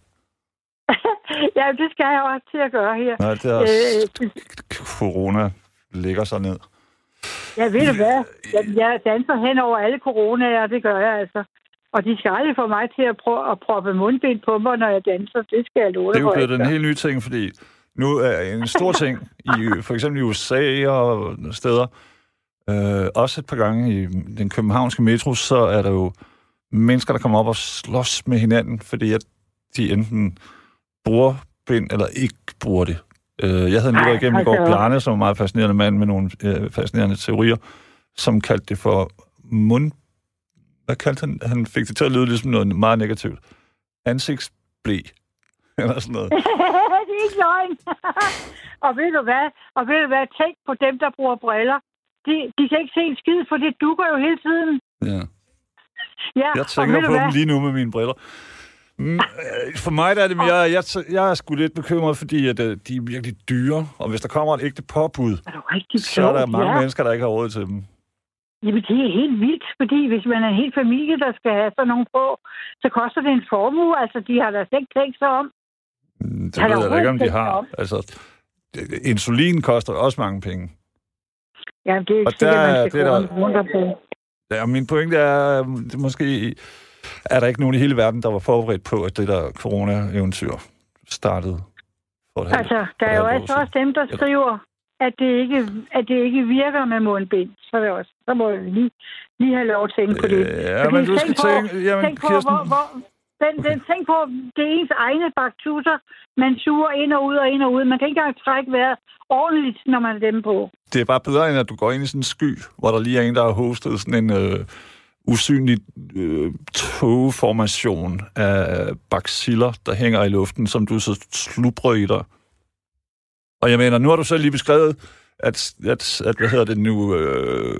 Ja, det skal jeg også til at gøre her. Nej, det er også... Øh, corona ligger sig ned. Ja, ved du hvad? Jeg, jeg danser hen over alle coronaer, det gør jeg altså. Og de skal aldrig få mig til at prøve at proppe mundbind på mig, når jeg danser. Det skal jeg love. Det er jo blevet den helt nye ting, fordi nu er en stor ting, i for eksempel i U S A og steder, øh, også et par gange i den københavnske metro, så er der jo mennesker, der kommer op og slås med hinanden, fordi at de enten bruger bind eller ikke bruger det. Øh, jeg havde en lytter igennem i går, Bjarne, som var en meget fascinerende mand med nogle øh, fascinerende teorier, som kaldte det for mund... Hvad kaldte han? Han fik det til at lyde ligesom noget meget negativt. Ansigtsblæ. Eller sådan noget. Det er ikke løgn. Og ved du hvad? Og ved du hvad? Tænk på dem, der bruger briller. De, de kan ikke se en skid, for det dukker jo hele tiden. Ja. Ja, jeg tænker på dem lige nu med mine briller. Mm, for mig der er det mere, jeg, jeg er sgu lidt bekymret, fordi at, de er virkelig dyre, og hvis der kommer et ægte påbud, er så er der mange ja. mennesker, der ikke har råd til dem. Jamen, det er helt vildt, fordi hvis man er en hel familie, der skal have sådan nogle på, så koster det en formue, altså de har da ikke tænkt sig om. Det ved jeg da ikke, om de har. Om. Altså, insulin koster også mange penge. Ja, det er ikke sikkert, man skal komme rundt på. Ja, min pointe er, det måske er der ikke nogen i hele verden, der var forberedt på, at det der corona-eventyr startede. For altså, der er jo altså også dem, der skriver, at det ikke, at det ikke virker med mundbind. Så, det også, så må vi lige, lige have lov at tænke på det. Ja, men du skal tænke... Jamen, tænk på, hvor, hvor, den, den, tænk på, det er ens egne baktusser, man suger ind og ud og ind og ud. Man kan ikke engang trække vejret ordentligt, når man er dem på. Det er bare bedre, end at du går ind i sådan en sky, hvor der lige er en, der har hostet sådan en øh, usynlig øh, togformation af baciller, der hænger i luften, som du så slubrer i dig. Og jeg mener, nu har du selv lige beskrevet, at, at, at hvad hedder det nu... Øh,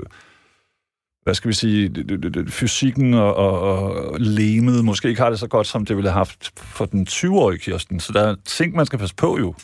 hvad skal vi sige, fysikken og, og, og lemet måske ikke har det så godt, som det ville have haft for den tyve-årige Kirsten. Så der er ting, man skal passe på jo.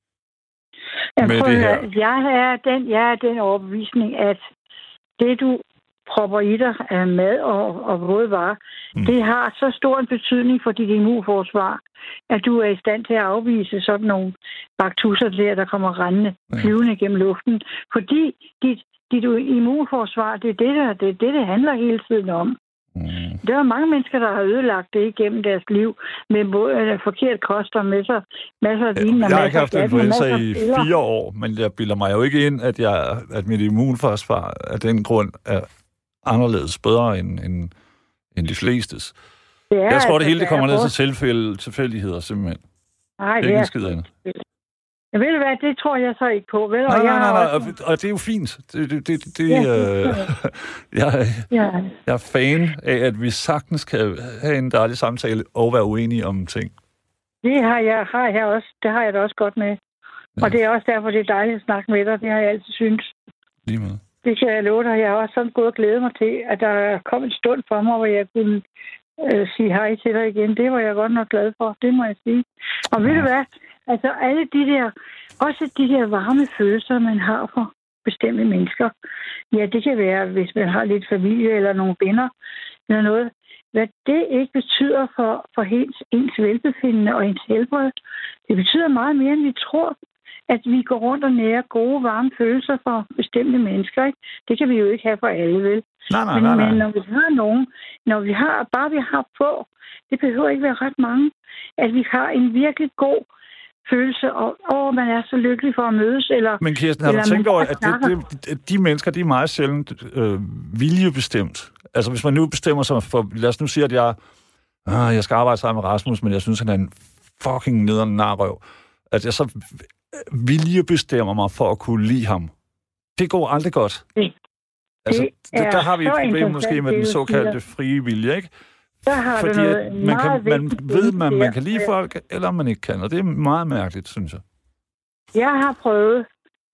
Jeg, med det her. Jeg, er den, jeg er den overbevisning, at det, du propper i dig af mad og, og vådvarer, mm. det har så stor en betydning for dit immunforsvar, at du er i stand til at afvise sådan nogle baktusser der, der kommer rendende, flyvende gennem luften. Fordi dit Dit immunforsvar, det er det, der, det, er det, det handler hele tiden om. Mm. Der er mange mennesker, der har ødelagt det igennem deres liv med både forkert kost og masser, masser af vin. Jeg har ikke haft influenza i fire år, men jeg bilder mig jo ikke ind, at, jeg, at mit immunforsvar af den grund er anderledes bedre end, end, end de flestes. Det jeg tror, altså, det hele det kommer ned til tilfælde, tilfældigheder, simpelthen. Nej, det er ikke en skid andet. Ja, ved du hvad, det tror jeg så ikke på. Vel? Nej, og nej, nej, nej. også... Og, og det er jo fint. Det, det, det, det, ja, øh, jeg, ja. jeg er fan af, at vi sagtens kan have en dejlig samtale og være uenige om ting. Det har jeg, har jeg også. Det har jeg da også godt med. Ja. Og det er også derfor, det er dejligt at snakke med dig. Det har jeg altid syntes. Lige med. Det kan jeg love dig. Jeg har også sådan gået og glædet mig til, at der kom en stund for mig, hvor jeg kunne øh, sige hej til dig igen. Det var jeg godt nok glad for. Det må jeg sige. Og ja. Ved du hvad? Altså alle de der, også de der varme følelser, man har for bestemte mennesker. Ja, det kan være, hvis man har lidt familie eller nogle venner eller noget. Hvad det ikke betyder for, for ens, ens velbefindende og ens helbred, det betyder meget mere, end vi tror, at vi går rundt og nærer gode, varme følelser for bestemte mennesker. Ikke? Det kan vi jo ikke have for alle, vel? Nej, nej, men, nej, nej. men når vi har nogen, når vi har, bare vi har få, det behøver ikke være ret mange, at vi har en virkelig god følelse, og åh, man er så lykkelig for at mødes, eller... Men Kirsten, har du tænkt over, at det, det, de mennesker, de er meget sjældent øh, viljebestemt? Altså, hvis man nu bestemmer sig for... Lad os nu sige, at jeg, øh, jeg skal arbejde sammen med Rasmus, men jeg synes, han er en fucking nederen narrøv. At jeg så viljebestemmer mig for at kunne lide ham. Det går aldrig godt. Det, altså, det der har vi et problem måske med den såkaldte frie vilje, ikke? Der har Fordi du noget man, kan, man ved, man, man kan lide ja. folk, eller man ikke kan, og det er meget mærkeligt, synes jeg. Jeg har prøvet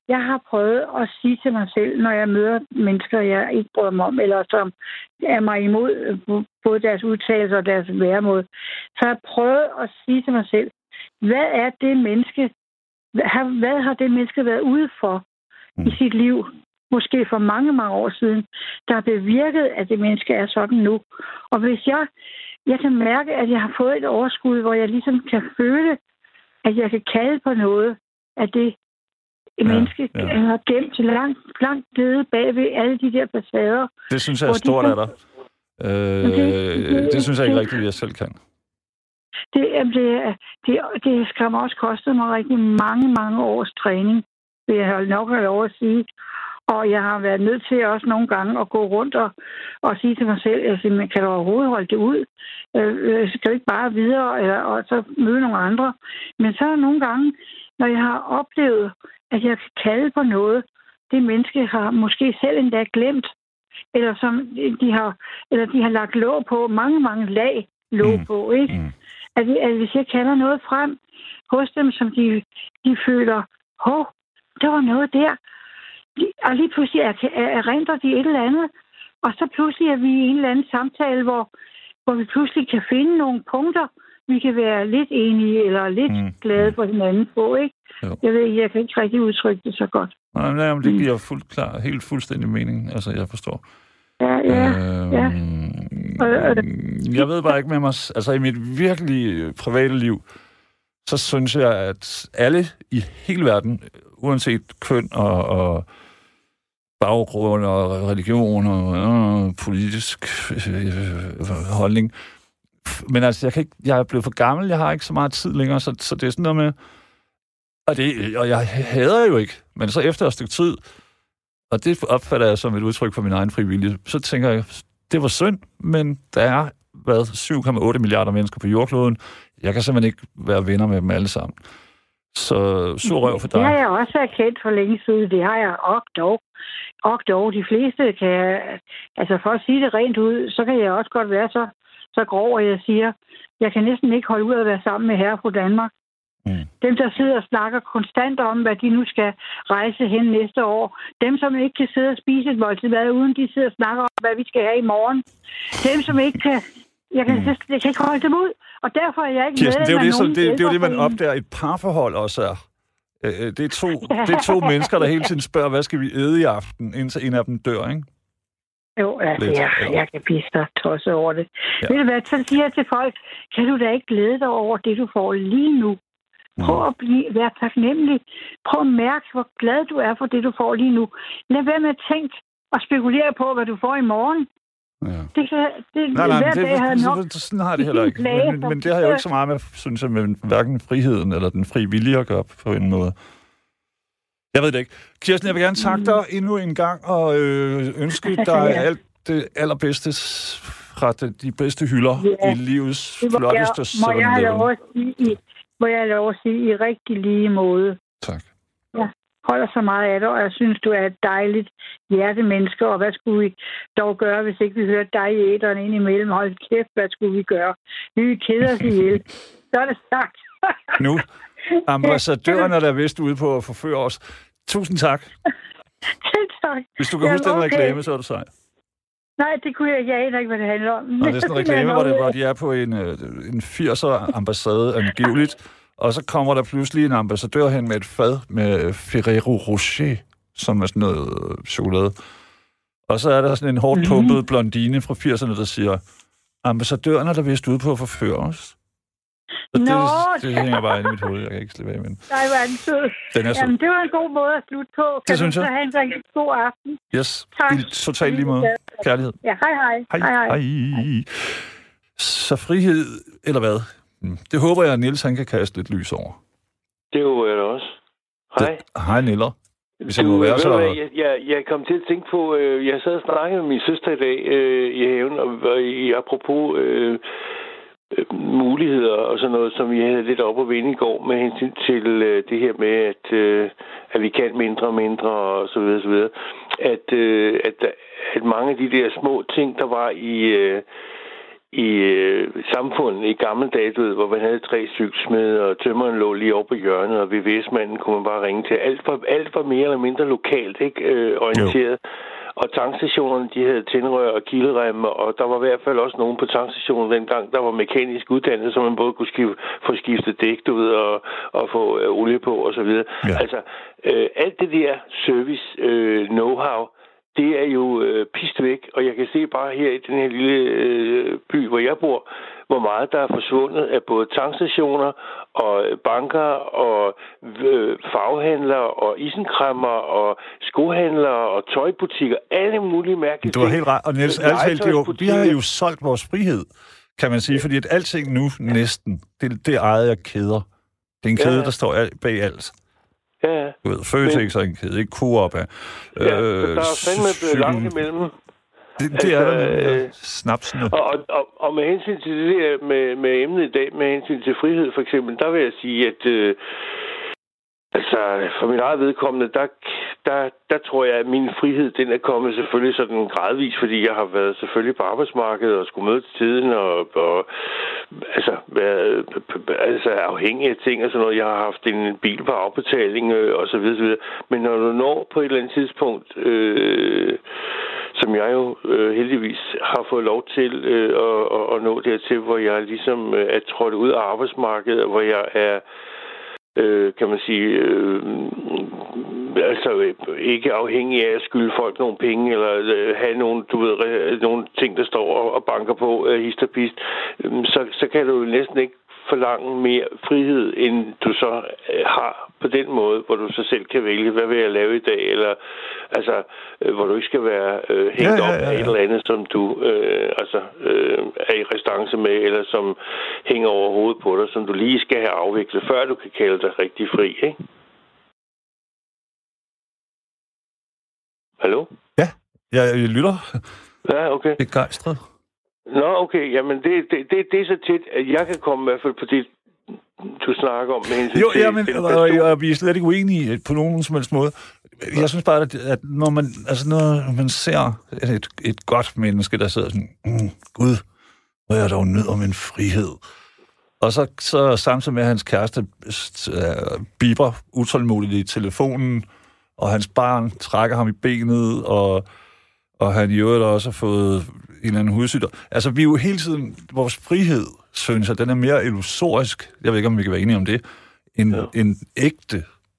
jeg har prøvet at sige til mig selv, når jeg møder mennesker, jeg ikke bryder mig om, eller som er mig imod både deres udtalelser og deres væremåde, så har jeg prøvet at sige til mig selv, hvad er det menneske, hvad har det menneske været ude for mm. i sit liv, måske for mange, mange år siden, der har bevirket, at det menneske er sådan nu. Og hvis jeg, jeg kan mærke, at jeg har fået et overskud, hvor jeg ligesom kan føle, at jeg kan kalde på noget af det, et ja, menneske ja. har gemt langt, langt nede bag ved alle de der facader. Det synes jeg er stort af dig. Øh, det, det, det synes jeg ikke rigtigt, at jeg selv kan. Det, det, det, det skal mig også koste mig rigtig mange, mange års træning, vil jeg nok have lov at sige. Og jeg har været nødt til også nogle gange at gå rundt og, og sige til mig selv, altså, man kan du overhovedet holde det ud? Øh, skal du ikke bare videre, eller, og så møde nogle andre? Men så er der nogle gange, når jeg har oplevet, at jeg kan kalde på noget, det menneske har måske selv endda glemt, eller som de har, eller de har lagt låg på, mange, mange lag låg mm. på, ikke? Mm. At, at hvis jeg kalder noget frem hos dem, som de, de føler, hov, der var noget der, og lige pludselig erindrer de et eller andet, og så pludselig er vi i en eller anden samtale, hvor, hvor vi pludselig kan finde nogle punkter, vi kan være lidt enige, eller lidt mm. glade for hinanden på, ikke? Jo. Jeg ved, jeg kan ikke rigtig udtrykke det så godt. Nej, nej, men det giver fuldt klar, helt fuldstændig mening, altså jeg forstår. Ja, ja, øh, ja. Jeg ved bare ikke med mig, altså i mit virkelig private liv, så synes jeg, at alle i hele verden, uanset køn og, og baggrund og religion og øh, politisk øh, holdning, men altså, jeg, kan ikke, jeg er blevet for gammel, jeg har ikke så meget tid længere, så, så det er sådan noget med, og, det, og jeg hader jo ikke, men så efter et stykke tid, og det opfatter jeg som et udtryk for min egen frivillige, så tænker jeg, det var synd, men der er været syv komma otte milliarder mennesker på jordkloden. Jeg kan simpelthen ikke være venner med dem alle sammen. Så sur røv for dig. Det har jeg også erkendt for længe siden. Det har jeg og dog. Og dog. De fleste kan, altså for at sige det rent ud, så kan jeg også godt være så, så grov, at jeg siger, jeg kan næsten ikke holde ud at være sammen med herre fra Danmark. Mm. Dem, der sidder og snakker konstant om, hvad de nu skal rejse hen næste år. Dem, som ikke kan sidde og spise et måltid mad, uden de sidder og snakker om, hvad vi skal have i morgen. Dem, som ikke kan... Jeg kan, mm. jeg kan ikke holde dem ud, og derfor er jeg ikke Kirsten, med, det er jo det, nogen det, det, er jo det, man opdager et parforhold også er. Det er, to, det er to mennesker, der hele tiden spørger, hvad skal vi æde i aften, indtil en af dem dør, ikke? Jo, altså, jeg, jeg kan blive så tosset over det. Ja. Ved du hvad, så siger jeg til folk, kan du da ikke glæde dig over det, du får lige nu? Prøv at blive, være taknemmelig. Prøv at mærke, hvor glad du er for det, du får lige nu. Lad være med at tænke og spekulere på, hvad du får i morgen. Ja. Det kan, det, nej, nej, det, det, nok, sådan har det heller ikke. Men, men det har jo ikke så meget med, synes jeg, med hverken friheden eller den fri vilje at gøre på en måde. Jeg ved det ikke. Kirsten, jeg vil gerne takke dig mm. endnu en gang og øh, ønske dig ja. alt det allerbedste fra de bedste hylder ja. i livets flotteste seven eleven. Må jeg have lov at sige, må jeg have lov at sige i rigtig lige måde. Tak. Ja. Holder så meget af dig, og jeg synes, du er et dejligt hjertemenneske, og hvad skulle vi dog gøre, hvis ikke vi hørte dig i æteren ind imellem? Hold kæft, hvad skulle vi gøre? Vi vil kede os ihjel. Så er det sagt. Nu, ambassadøren er der vist ude på at forføre os. Tusind tak. tak. Hvis du kan huske den reklame, så er du sej. Nej, det kunne jeg ikke. Jeg aner ikke, hvad det handler om. Nå, det er sådan en reklame, hvor, det, hvor de er på en, en firser ambassade angiveligt, og så kommer der pludselig en ambassadør hen med et fad med Ferrero Rocher, som er sådan noget chokolade. Og så er der sådan en hårdt pumpet mm. blondine fra firserne, der siger, ambassadøren er der vist ude på at forføre os. Og det, det, det hænger bare inde i mit hoved. Jeg kan ikke slippe af med den. Nej, var den sød. Den er sød. Jamen, det var en god måde at slutte på. Kan det synes jeg. Så have en rigtig god aften. Yes. Tak. I totalt lige måde. Kærlighed. Ja, hej hej. Hej, hej. hej. hej. Så frihed, eller hvad? Det håber jeg, at Niels han kan kaste lidt lys over. Det håber jeg da også. Hej. Det, hej, Niller. Hvis jeg må være så... Jeg, jeg, jeg kom til at tænke på... Øh, jeg sad og snakkede med min søster i dag øh, i haven, og, og i, apropos øh, øh, muligheder og sådan noget, som vi havde lidt op og vende i går, med hensyn til øh, det her med, at, øh, at vi kan mindre og mindre, og så videre, så videre. At, øh, at, at mange af de der små ting, der var i... Øh, i øh, samfundet i gamle dage, du ved, hvor man havde tre cykelsmede, og tømmeren lå lige oppe på hjørnet, og V V S-manden kunne man bare ringe til. Alt var, alt var mere eller mindre lokalt, ikke? Øh, orienteret. Jo. Og tankstationerne, de havde tændrør og kilderemme, og der var i hvert fald også nogen på tankstationen dengang, der var mekanisk uddannet, så man både kunne skifte, få skiftet dæk, du ved, og, og få øh, olie på, og så videre. Ja. Altså, øh, alt det der service, øh, know-how, det er jo øh, pist væk, og jeg kan se bare her i den her lille øh, by, hvor jeg bor, hvor meget der er forsvundet af både tankstationer og banker og øh, faghandlere og isenkræmmer og skohandlere og tøjbutikker. Alle mulige mærkelige ting. Du har helt ret. Og Niels, altid, jo, vi har jo solgt vores frihed, kan man sige, fordi at alting nu næsten, det, det ejer jeg kæder. Det er en kæde, ja. Der står bag alt. Ja, du ved, Føtex er en kæde, ikke Coop af. Ja, øh, der er fandme blevet langt imellem. Det, det altså, er der øh, snapsene. Og, og, og med hensyn til det der med, med emnet i dag, med hensyn til frihed for eksempel, der vil jeg sige, at øh, altså for mit eget vedkommende, der, der, der tror jeg, at min frihed, den er kommet selvfølgelig sådan gradvis, fordi jeg har været selvfølgelig på arbejdsmarkedet og skulle møde til tiden og, og altså været altså, afhængig af ting og sådan noget. Jeg har haft en bil på afbetaling øh, og så videre, så videre. Men når du når på et eller andet tidspunkt, øh, som jeg jo øh, heldigvis har fået lov til øh, at, at, at nå dertil, hvor jeg ligesom øh, er trådt ud af arbejdsmarkedet, hvor jeg er, øh, kan man sige, øh, altså ikke afhængig af at skylde folk nogle penge, eller øh, have nogle, du ved, re, nogle ting, der står og, og banker på øh, hist og pist, øh, så, så kan du jo næsten ikke forlange mere frihed, end du så øh, har på den måde, hvor du så selv kan vælge, hvad vil jeg lave i dag, eller altså, øh, hvor du ikke skal være øh, hængt ja, ja, ja, ja. op af et eller andet, som du øh, altså, øh, er i restance med, eller som hænger over hovedet på dig, som du lige skal have afviklet, før du kan kalde dig rigtig fri, ikke? Hallo? Ja, jeg, jeg lytter. Ja, okay. Begejstret. Nå, okay. Jamen, det, det, det, det er så tæt, at jeg kan komme i hvert fald på det, du snakker om. Med hensyn jo, til, ja, men til og, og vi er slet ikke uenige på nogen som helst måde. Jeg synes bare, at, at når, man, altså når man ser et, et godt menneske, der sidder sådan, mm, Gud, hvor jeg dog nyder min frihed. Og så, så samtidig med, at hans kæreste uh, biber utålmodigt i telefonen, og hans barn trækker ham i benet, og, og han i øvrigt også har fået en eller anden hudsygdom. Altså, vi er jo hele tiden, vores frihed, synes jeg, den er mere illusorisk, jeg ved ikke, om vi kan være enige om det, end, ja. end ægte.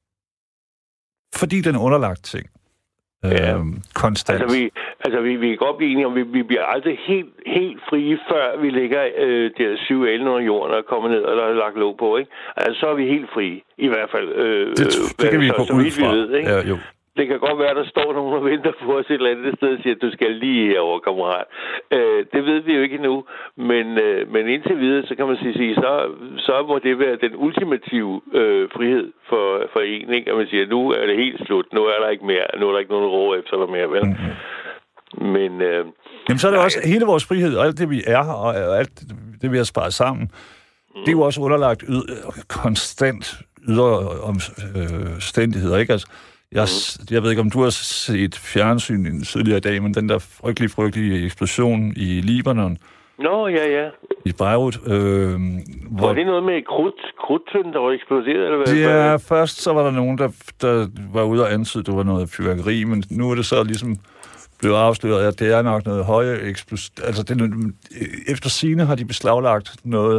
Fordi den er underlagt ting. Ja. Øhm, konstant. Altså, vi, altså vi, vi kan godt blive enige om, vi, vi bliver aldrig helt, helt frie, før vi ligger øh, der syv alen under jorden og kommer ned, og der er lagt låg på, ikke? Altså, så er vi helt frie, i hvert fald. Øh, det, det kan vi gå ud fra. Vi ved, ikke? Ja, jo. Det kan godt være, at der står nogen og venter på os et eller andet sted og siger, at du skal lige herover, kammerat. Øh, det ved vi jo ikke endnu, men, øh, men indtil videre, så kan man sige, så, så må det være den ultimative øh, frihed for, for en, ikke? At man siger, nu er det helt slut, nu er der ikke mere, nu er der ikke nogen ro efter der mere, vel? Mm-hmm. Men... Øh, Jamen, så er det også hele vores frihed, og alt det, vi er, og alt det, vi har sparet sammen, mm. det er jo også underlagt yd, konstant ydre omstændigheder, ikke? Altså, Jeg, jeg ved ikke, om du har set fjernsyn en tidligere dag, men den der frygtelige, frygtelige eksplosion i Libanon. Nå, ja, ja. I Beirut. Øh, hvor... Var det noget med krudt, krudtønden, der var eksploderet, eller hvad? Ja, først så var der nogen, der, der var ude og antyde, at det var noget fyrværkeri, men nu er det så ligesom blevet afsløret, at det er nok noget høje eksplosiv... Altså, det er, efter sigende har de beslaglagt noget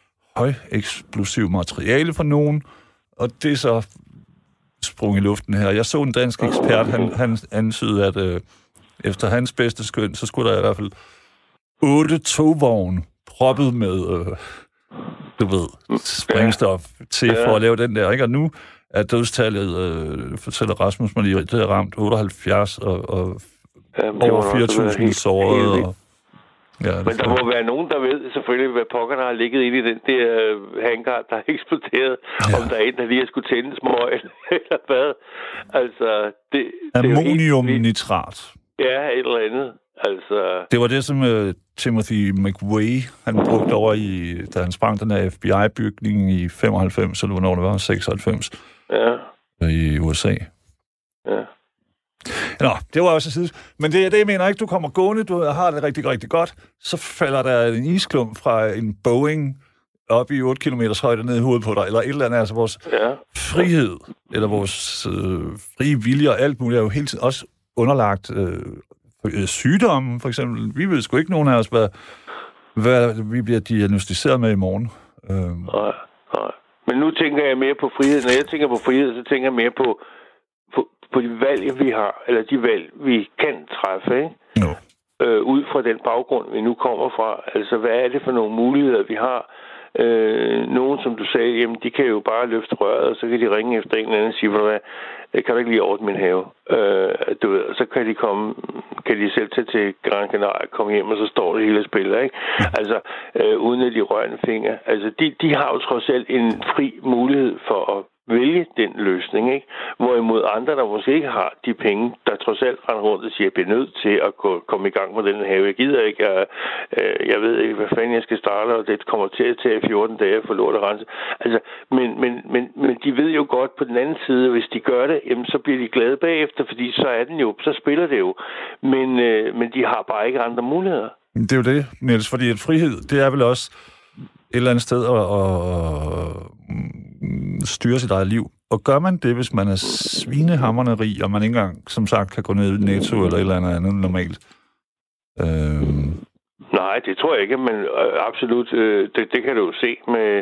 højeksplosiv materiale for nogen, og det er så sprung i luften her. Jeg så en dansk ekspert, han, han ansøgede, at øh, efter hans bedste skøn, så skulle der i hvert fald otte togvogne proppet med, øh, du ved, sprængstof til ja. for at lave den der, ikke? Og nu er dødstallet, øh, fortæller Rasmus mig lige, det er ramt otteoghalvfjerds og, og ja, over fire tusind sårede. Og, ja, men der må være nogen, der ved selvfølgelig, hvad pokker der har ligget inde i den der hangar, der er eksploderet. Ja. Om der er en, der lige har skulle tænde smøg, eller hvad. Altså, det... Ammoniumnitrat. Ja, et eller andet. Altså... Det var det, som uh, Timothy McVeigh, han brugte over i, da han sprang den her F B I-bygning i femoghalvfems, eller hvornår det var, seksoghalvfems, ja. i U S A. Ja. Nå, det var også side. Men det, det jeg mener ikke, du kommer gående, du har det rigtig, rigtig godt, så falder der en isklump fra en Boeing op i otte kilometers højde ned i hovedet på dig, eller et eller andet, altså vores ja. frihed, eller vores øh, frie vilje og alt muligt, er jo hele tiden også underlagt øh, sygdomme, for eksempel. Vi ved sgu ikke nogen af os, hvad, hvad vi bliver diagnosticeret med i morgen. Øh. Nej, nej. Men nu tænker jeg mere på frihed. Når jeg tænker på frihed, så tænker jeg mere på på de valg, vi har, eller de valg, vi kan træffe, ikke? No. Øh, ud fra den baggrund, vi nu kommer fra. Altså, hvad er det for nogle muligheder, vi har? Øh, nogen, som du sagde, jamen, de kan jo bare løfte røret, og så kan de ringe efter en eller anden og sige, hvad, kan du ikke lige ordne min have? Øh, du ved, og så kan de komme, kan de selv tage til Gran Canaria, komme hjem, og så står det hele spiller, ikke? Altså, øh, uden at de rører en finger. Altså, de, de har jo trods alt en fri mulighed for at vælge den løsning, ikke? Hvorimod andre, der måske ikke har de penge, der trods alt render rundt og siger, at jeg bliver nødt til at gå, komme i gang med den have. Jeg gider ikke, jeg, jeg ved ikke, hvad fanden jeg skal starte, og det kommer til at tage fjorten dage for lort at rense. Altså, men, men, men, men de ved jo godt på den anden side, hvis de gør det, jamen, så bliver de glade bagefter, fordi så er den jo, så spiller det jo. Men, men de har bare ikke andre muligheder. Det er jo det, Niels, fordi et frihed, det er vel også et eller andet sted at, at styre sit eget liv. Og gør man det, hvis man er svinehammerende rig, og man ikke engang, som sagt, kan gå ned i Netto eller et eller andet andet normalt? Øhm. Nej, det tror jeg ikke, men øh, absolut, øh, det, det kan du jo se med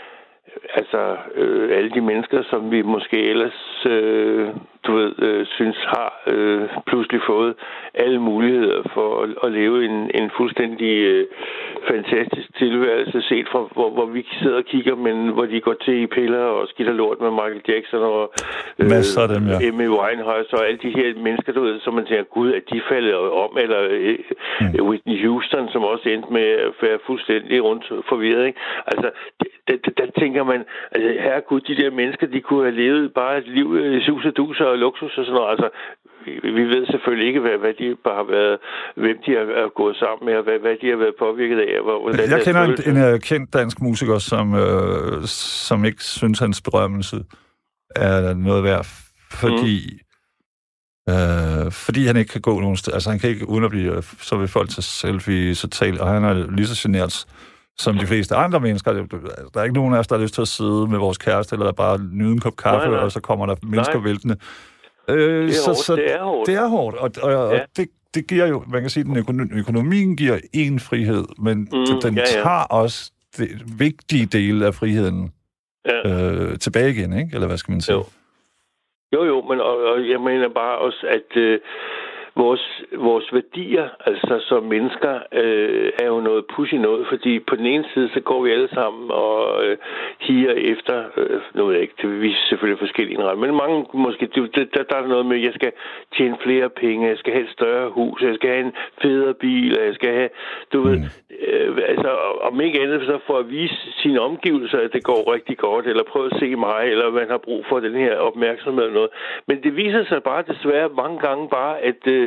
altså øh, alle de mennesker, som vi måske ellers, øh, du ved, øh, synes har øh, pludselig fået alle muligheder for at, at leve en, en fuldstændig øh, fantastisk tilværelse, set fra hvor, hvor vi sidder og kigger, men hvor de går til i piller og skitter lort med Michael Jackson og øh, masser af dem, ja. Amy Winehouse og alle de her mennesker, du ved, som man tænker, gud, at de faldet om, eller øh, mm. Whitney Houston, som også endte med at være fuldstændig rundt forvirret, ikke? Altså, der, der tænker man, altså, herregud, de der mennesker, de kunne have levet bare et liv i sus og dus og luksus og sådan noget. Altså, vi ved selvfølgelig ikke, hvad, hvad de bare har været, hvem de har gået sammen med, og hvad, hvad de har været påvirket af. Hvordan jeg kender en, en kendt dansk musiker, som, øh, som ikke synes, hans berømmelse er noget værd, fordi, mm. øh, fordi han ikke kan gå nogen sted. Altså, han kan ikke, uden at blive, så vil folk tage selfie, så tale, og han er lige så genert som de fleste andre mennesker. Der er ikke nogen af os, der har lyst til at sidde med vores kæreste, eller bare nyde en kop kaffe, nej, nej. Og så kommer der mennesker nej. væltende. Øh, det er så, hårdt, så det er hårdt. Det er hårdt, og, og, ja. og det, det giver jo, man kan sige, at den økonomien giver en frihed, men mm, den ja, ja. tager også det vigtige dele af friheden ja. øh, tilbage igen, ikke? Eller hvad skal man sige? Jo, jo, jo men og, og jeg mener bare også, at øh, Vores, vores værdier, altså som mennesker, øh, er jo noget pussy noget, fordi på den ene side, så går vi alle sammen og øh, higer efter, øh, nu ved jeg ikke, det viser selvfølgelig forskellige indretninger, men mange måske, det, der, der er noget med, at jeg skal tjene flere penge, jeg skal have et større hus, jeg skal have en federe bil, jeg skal have, du ved, øh, altså om ikke andet, så for at vise sine omgivelser, at det går rigtig godt, eller prøve at se mig, eller man har brug for den her opmærksomhed eller noget. Men det viser sig bare desværre mange gange bare, at øh,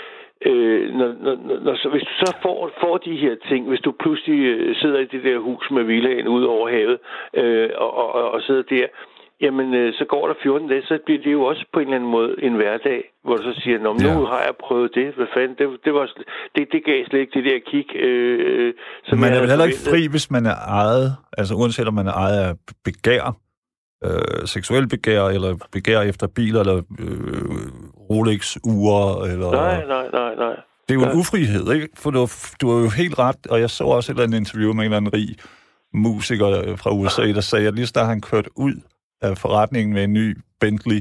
Øh, når, når, når, så, hvis du så får, får de her ting, hvis du pludselig øh, sidder i det der hus med villaen ude over havet øh, og, og, og sidder der, jamen øh, så går der fjorten dage, så bliver det jo også på en eller anden måde en hverdag, hvor du så siger, nå, nu ja. har jeg prøvet det, hvad fanden, det, det, var, det, det gav slet ikke det der kig. Øh, som man er vel heller ikke fri, hvis man er ejet, altså uanset om man er ejet af begær, øh, seksuel begær, eller begær efter biler, eller øh, Rolex-ure, eller... Nej, nej, nej, nej. Det er jo en ufrihed, ikke? For du, du er jo helt ret, og jeg så også et eller andet interview med en eller anden rig musiker fra U S A, der sagde, at lige da han kørte ud af forretningen med en ny Bentley,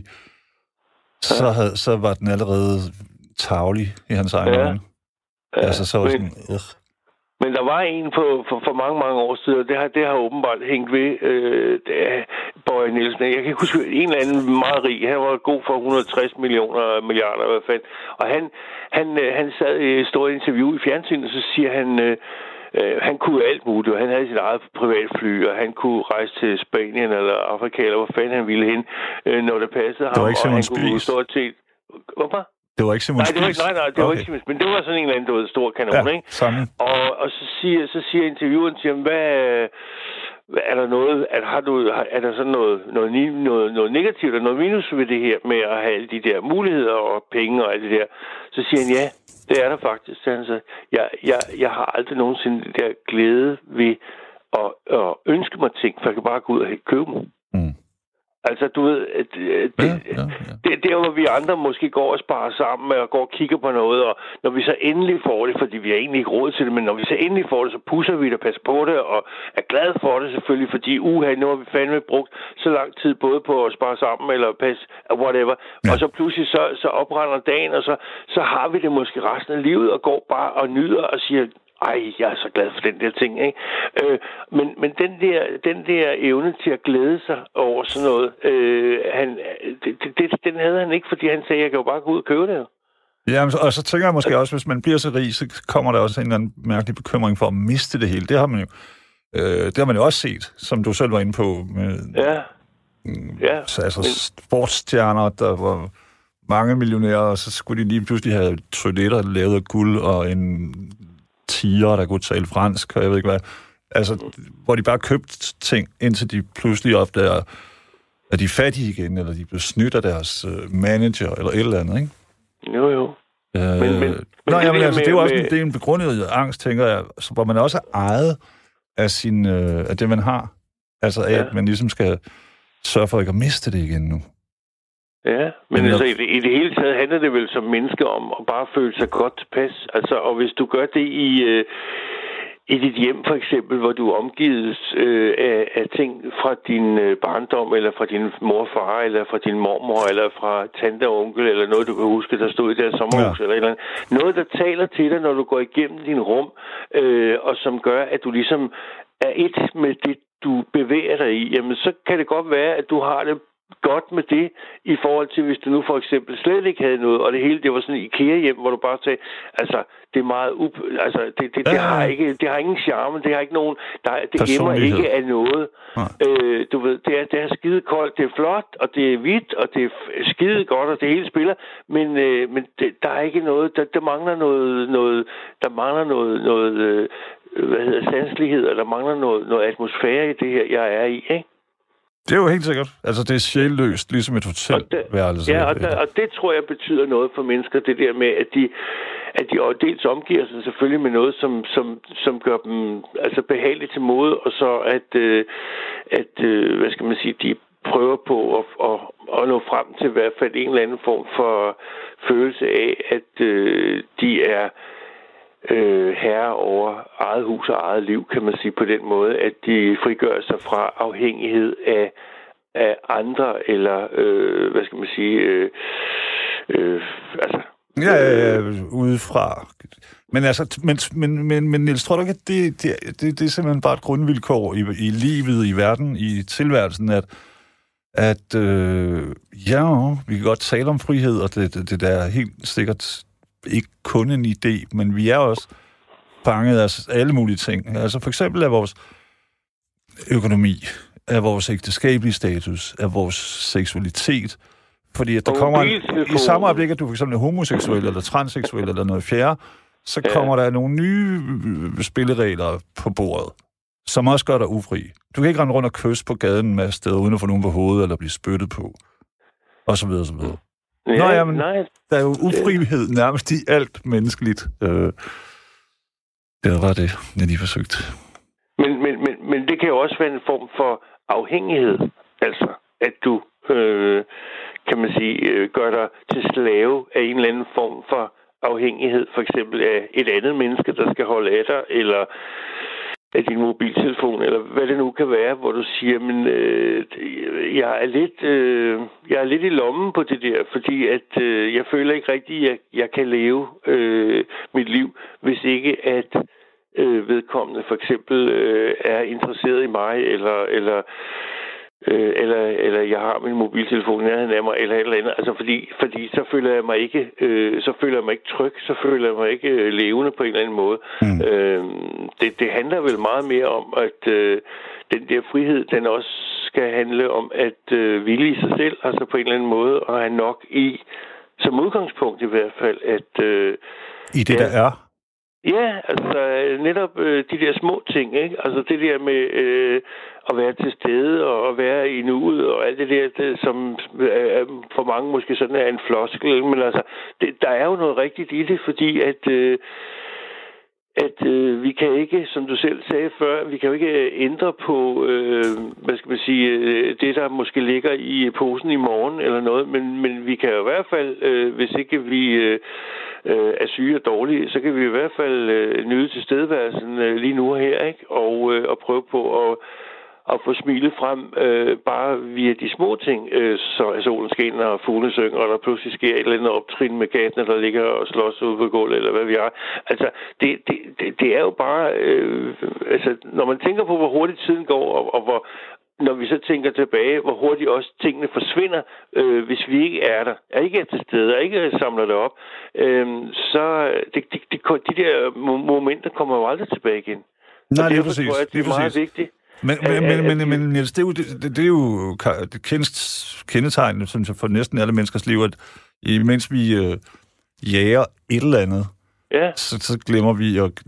så, havde, så var den allerede tarvelig i hans egen ja. øjne. Ja. Altså, så var sådan... Øh. Men der var en på, for, for mange, mange år siden, og det har, det har åbenbart hængt ved øh, det er Bøje Nielsen. Jeg kan ikke huske, en eller anden meget rig, han var god for et hundrede og tres millioner milliarder i hvert fald. Og han, han, han sad i et stort interview i fjernsynet, og så siger han, øh, øh, han kunne alt muligt, og han havde sit eget privatfly, og han kunne rejse til Spanien eller Afrika, eller hvor fanden han ville hen, øh, når det passede ham. Det var ikke og han Simon kunne stort set... Hvorfor? Det var ikke Simon Nej, det var ikke, nej, nej, det okay. var ikke Simon, men det var sådan en eller anden, du ved, stor kanon, ja, ikke? Samme. Og, og så siger, så siger intervieweren til ham, hvad, er der noget, er, har du, er der sådan noget, noget, noget, noget negativt og noget minus ved det her med at have alle de der muligheder og penge og alt det der? Så siger han, ja, det er der faktisk. Så han siger, jeg, jeg, jeg har aldrig nogensinde det der glæde ved at, at ønske mig ting, for jeg kan bare gå ud og købe dem. Mm. Altså, du ved, det, det, ja, ja, ja. det er der, hvor vi andre måske går og sparer sammen og går og kigger på noget, og når vi så endelig får det, fordi vi har egentlig ikke råd til det, men når vi så endelig får det, så pusser vi det og passer på det, og er glade for det selvfølgelig, fordi uha, nu har vi fandme brugt så lang tid både på at spare sammen eller passe, whatever, ja. Og så pludselig så, så oprender dagen, og så, så har vi det måske resten af livet, og går bare og nyder og siger, ej, jeg er så glad for den der ting, ikke? Øh, men men den, der, den der evne til at glæde sig over sådan noget, øh, han, det, det, den havde han ikke, fordi han sagde, jeg kan jo bare gå ud og købe det. Ja, og så tænker jeg måske også, hvis man bliver så rig, så kommer der også en eller anden mærkelig bekymring for at miste det hele. Det har man jo, øh, det har man jo også set, som du selv var inde på. Med, ja. ja. Altså men... sportsstjerner, der var mange millionærer, og så skulle de lige pludselig have toiletter lavet af guld og en tiger, der kunne tale fransk, og jeg ved ikke hvad. Altså, hvor de bare købte ting, indtil de pludselig opdager, at de er fattige igen, eller de bliver snydt af deres uh, manager, eller et eller andet, ikke? Jo, jo. Øh, men, men, men nå, jamen, altså, med, det er jo også med... en, det er en begrundet angst, tænker jeg, hvor man også er ejet af, sin, øh, af det, man har. Altså, af, ja. At man ligesom skal sørge for ikke at miste det igen nu. Ja, men, men altså, i, det, i det hele taget handler det vel som menneske om at bare føle sig godt tilpas. Altså, og hvis du gør det i, øh, i dit hjem for eksempel, hvor du er omgivet øh, af, af ting fra din øh, barndom, eller fra din mor og far, eller fra din mormor, eller fra tante og onkel, eller noget, du kan huske, der stod i deres sommerhus, ja. eller, eller noget, der taler til dig, når du går igennem din rum, øh, og som gør, at du ligesom er et med det, du bevæger dig i, jamen så kan det godt være, at du har det godt med det, i forhold til, hvis du nu for eksempel slet ikke havde noget, og det hele, det var sådan en IKEA-hjem, hvor du bare sagde, altså, det er meget up... Altså, det, det, det, har ikke, det har ingen charme, det har ikke nogen... Der, det gemmer ikke af noget. Øh, du ved, det er, det er skide koldt, det er flot, og det er hvidt, og det er skide godt, og det hele spiller, men, øh, men det, der er ikke noget... Der, der mangler noget... noget der mangler noget... noget øh, hvad hedder sanselighed, eller der mangler noget, noget atmosfære i det her, jeg er i, ikke? Det er jo helt sikkert. Altså, det er sjælløst, ligesom et hotelværelse. Ja, og, der, og det tror jeg betyder noget for mennesker, det der med, at de, at de dels omgiver sig selvfølgelig med noget, som, som, som gør dem altså behageligt til mode, og så at, øh, at øh, hvad skal man sige, de prøver på at, at, at nå frem til i hvert fald en eller anden form for følelse af, at øh, de er Øh, herre over eget hus og eget liv, kan man sige på den måde, at de frigør sig fra afhængighed af, af andre, eller øh, hvad skal man sige, øh, øh, altså... Ja, ja, ja, udefra. Men altså, men, men, men, men Niels, tror du ikke, at det, det, det, det er simpelthen bare et grundvilkår i, i livet, i verden, i tilværelsen, at, at øh, ja, vi kan godt tale om frihed, og det, det, det der er helt sikkert ikke kun en idé, men vi er også fanget af alle mulige ting. Altså for eksempel af vores økonomi, af vores ægteskabelige status, af vores seksualitet. Fordi at der kommer en, i samme øjeblik, at du for eksempel er homoseksuel, eller transseksuel, eller noget fjerde, så ja. kommer der nogle nye spilleregler på bordet, som også gør dig ufri. Du kan ikke rende rundt og kysse på gaden med steder, uden at få nogen på hovedet, eller blive spyttet på. Og så videre, og så videre. Ja, Nå, jamen, nej. Der er jo ufrihed nærmest i alt menneskeligt. Øh, det var det, jeg lige forsøgte. Men, men, men, men det kan jo også være en form for afhængighed. Altså, at du, øh, kan man sige, øh, gør dig til slave af en eller anden form for afhængighed. For eksempel af et andet menneske, der skal holde af dig, eller af din mobiltelefon, eller hvad det nu kan være, hvor du siger, men øh, jeg er lidt øh, jeg er lidt i lommen på det der, fordi at øh, jeg føler ikke rigtigt, at jeg, jeg kan leve øh, mit liv, hvis ikke at øh, vedkommende for eksempel øh, er interesseret i mig, eller eller øh, eller eller jeg har min mobiltelefon nærheden af mig, eller et eller andet. Altså fordi fordi så føler jeg mig ikke øh, så føler jeg mig ikke tryg, så føler jeg mig ikke øh, levende på en eller anden måde. Mm. Øh, det det handler vel meget mere om, at øh, den der frihed, den også skal handle om at øh, hvile i sig selv, altså på en eller anden måde, og have nok i, som udgangspunkt i hvert fald, at øh, i det ja, der er. Ja, altså netop øh, de der små ting, ikke? Altså det der med øh, at være til stede og at være i nuet og alt det der, det, som øh, for mange måske sådan er en floskel, men altså det, der er jo noget rigtigt i det, fordi at øh, at øh, vi kan ikke, som du selv sagde før, vi kan jo ikke ændre på, øh, hvad skal man sige, øh, det der måske ligger i posen i morgen eller noget, men, men vi kan jo i hvert fald, øh, hvis ikke vi øh, er syge og dårlige, så kan vi i hvert fald øh, nyde tilstedeværelsen øh, lige nu og her, ikke? Og, øh, og prøve på at at få smilet frem øh, bare via de små ting, øh, så at solen skinner og fuglene synger, og der pludselig sker et eller andet optrin med kattene, der ligger og slås ude på gulvet, eller hvad vi er. Altså, det, det, det, det er jo bare... Øh, altså, når man tænker på, hvor hurtigt tiden går, og, og hvor... Når vi så tænker tilbage, hvor hurtigt også tingene forsvinder, øh, hvis vi ikke er der, er ikke er til stede, er ikke samler det op, øh, så det, det, det, de der momenter kommer jo aldrig tilbage igen. Nej, det er præcis. Tror jeg, det er meget præcis. vigtigt. Men, men, men, men, men Niels, det er jo, det, det er jo det kendetegnende, synes jeg, for næsten alle menneskers liv, at imens vi øh, jager et eller andet, ja. så, så glemmer vi jo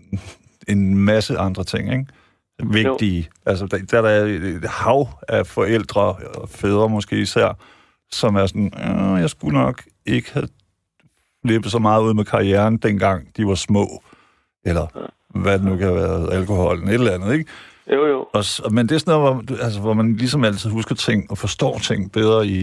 en masse andre ting, ikke? Vigtige. Jo. Altså, der, der er et hav af forældre og fædre måske især, som er sådan, øh, jeg skulle nok ikke have flippet så meget ud med karrieren, dengang de var små. Eller ja. hvad det nu kan have været, alkoholen, et eller andet, ikke? Jo, jo. Og, men det er sådan noget, hvor, altså, hvor man ligesom altid husker ting og forstår ting bedre i,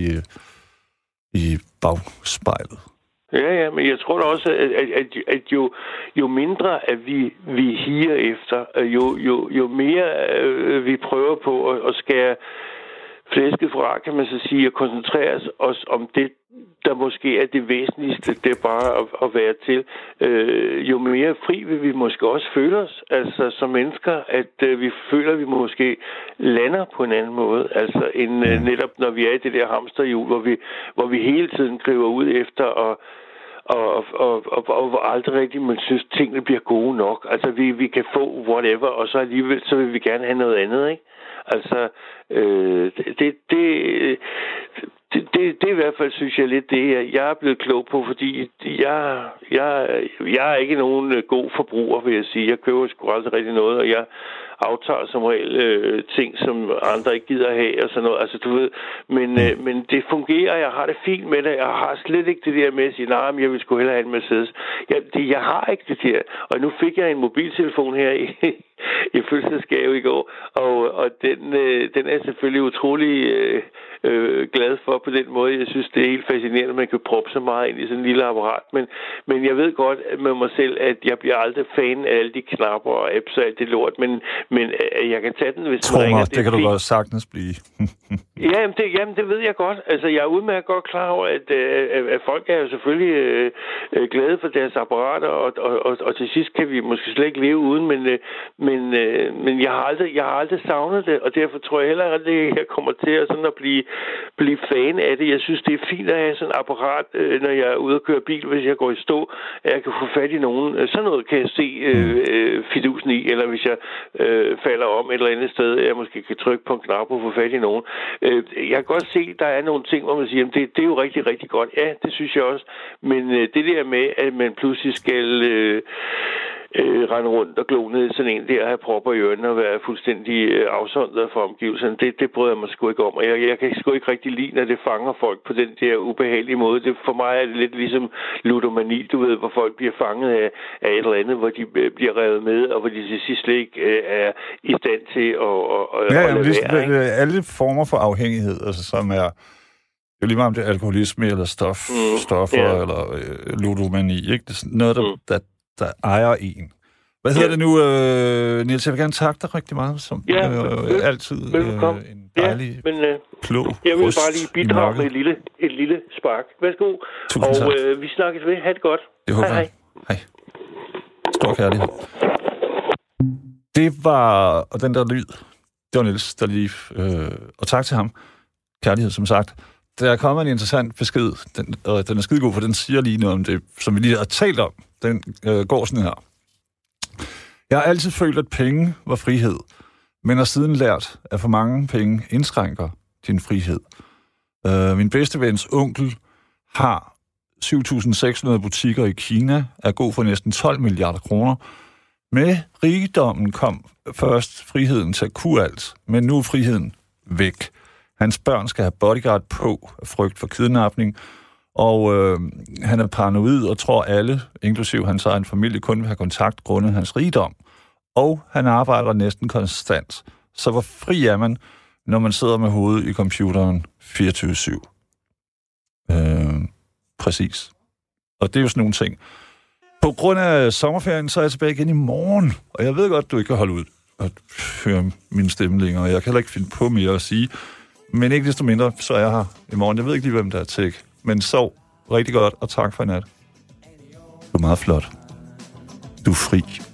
i bagspejlet. Ja, ja, men jeg tror da også, at, at, at, at jo, jo mindre at vi, vi higer efter, jo, jo, jo mere øh, vi prøver på at, at skære flæsket fra, kan man så sige, og koncentrere os om det, der måske er det væsentligste, det er bare at, at være til. Øh, jo mere fri vil vi måske også føle os, altså som mennesker, at øh, vi føler, at vi måske lander på en anden måde, altså end øh, netop når vi er i det der hamsterhjul, hvor vi, hvor vi hele tiden griber ud efter at Og, og, og, og, og aldrig rigtig, man synes, tingene bliver gode nok. Altså, vi, vi kan få whatever, og så alligevel, så vil vi gerne have noget andet, ikke? Altså, øh, det, det, det, det, det, det i hvert fald, synes jeg lidt, det jeg er blevet klog på, fordi jeg, jeg, jeg er ikke nogen god forbruger, vil jeg sige. Jeg køber sgu aldrig rigtig noget, og jeg aftager som regel øh, ting, som andre ikke gider have og sådan noget. Altså, du ved, men, øh, men det fungerer, jeg har det fint med det. Jeg har slet ikke det der med at sige, nej, men jeg vil sgu hellere have en Mercedes. Jeg, det, jeg har ikke det der. Og nu fik jeg en mobiltelefon her i, i fødselsdagsgave i går, og, og den, øh, den er selvfølgelig utrolig øh, øh, glad for på den måde. Jeg synes, det er helt fascinerende, at man kan proppe så meget ind i sådan en lille apparat. Men, men jeg ved godt med mig selv, at jeg bliver aldrig fan af alle de knapper og apps og alt det lort, men Men øh, jeg kan tage den, hvis Tror man ringer. Mig, det, det kan du godt sagtens blive. jamen, det, jamen, det ved jeg godt. Altså, jeg er udmærket godt klar over, at, øh, at folk er jo selvfølgelig øh, glade for deres apparater, og, og, og, og til sidst kan vi måske slet ikke leve uden, men, øh, men, øh, men jeg, har aldrig, jeg har aldrig savnet det, og derfor tror jeg heller aldrig, at jeg kommer til at, sådan at blive, blive fan af det. Jeg synes, det er fint at have sådan et apparat, øh, når jeg er ude og køre bil, hvis jeg går i stå, at jeg kan få fat i nogen. Sådan noget kan jeg se øh, fidusen i, eller hvis jeg øh, falder om et eller andet sted, jeg måske kan trykke på en knap og få fat i nogen. Øh, jeg kan godt se, at der er nogle ting, hvor man siger, at det, det er jo rigtig, rigtig godt. Ja, det synes jeg også. Men øh, det der med, at man pludselig skal øh, øh, rende rundt og glo ned i sådan en der, og have propper i ørerne og være fuldstændig øh, afsondret fra omgivelserne, det, det bryder jeg mig sgu ikke om. Og jeg, jeg kan sgu ikke rigtig lide, når det fanger folk på den der ubehagelige måde. Det, for mig er det lidt ligesom ludomani, du ved, hvor folk bliver fanget af, af et eller andet, hvor de øh, bliver revet med, og hvor de til sidst slet ikke øh, er i stand til at, at, ja, at lade det, være. Det, alle former for afhængighed, altså som er det er lige meget om det er alkoholisme, eller stof, mm, stoffer, yeah. eller øh, ludomani, ikke? Det er noget, der, mm. der, der ejer en. Hvad hedder yeah. det nu, øh, Niels? Jeg vil gerne takke dig rigtig meget, som ja, øh, altid øh, en dejlig, ja, men, øh, klog jeg vil bare lige bidrage med et lille, et lille spark. Værsgo. Tusind og tak. Øh, vi snakkes ved. Ha' det godt. Det håber hej, hej. Hej. Stor kærlighed. Det var, og den der lyd, det var Niels, der lige, øh, og tak til ham. Kærlighed, som sagt. Der er kommet en interessant besked, den, og den er skidegod, for den siger lige noget om det, som vi lige har talt om. Den øh, går sådan her. Jeg har altid følt, at penge var frihed, men har siden lært, at for mange penge indskrænker din frihed. Øh, min bedste vens onkel har syv tusind seks hundrede butikker i Kina er god for næsten tolv milliarder kroner. Med rigdommen kom først friheden til at kunne alt, men nu er friheden væk. Hans børn skal have bodyguard på af frygt for kidnapning, og øh, han er paranoid og tror alle, inklusive hans egen familie, kun vil have kontakt grundet hans rigdom. Og han arbejder næsten konstant. Så hvor fri er man, når man sidder med hovedet i computeren fireogtyve syv? Øh, præcis. Og det er jo sådan nogle ting. På grund af sommerferien, så er jeg tilbage igen i morgen. Og jeg ved godt, du ikke kan holde ud at høre min stemme længere. Jeg kan heller ikke finde på mere at sige. Men ikke desto mindre, så er jeg her i morgen. Jeg ved ikke lige, hvem der er til. Men sov rigtig godt, og tak for i nat. Du er meget flot. Du er fri.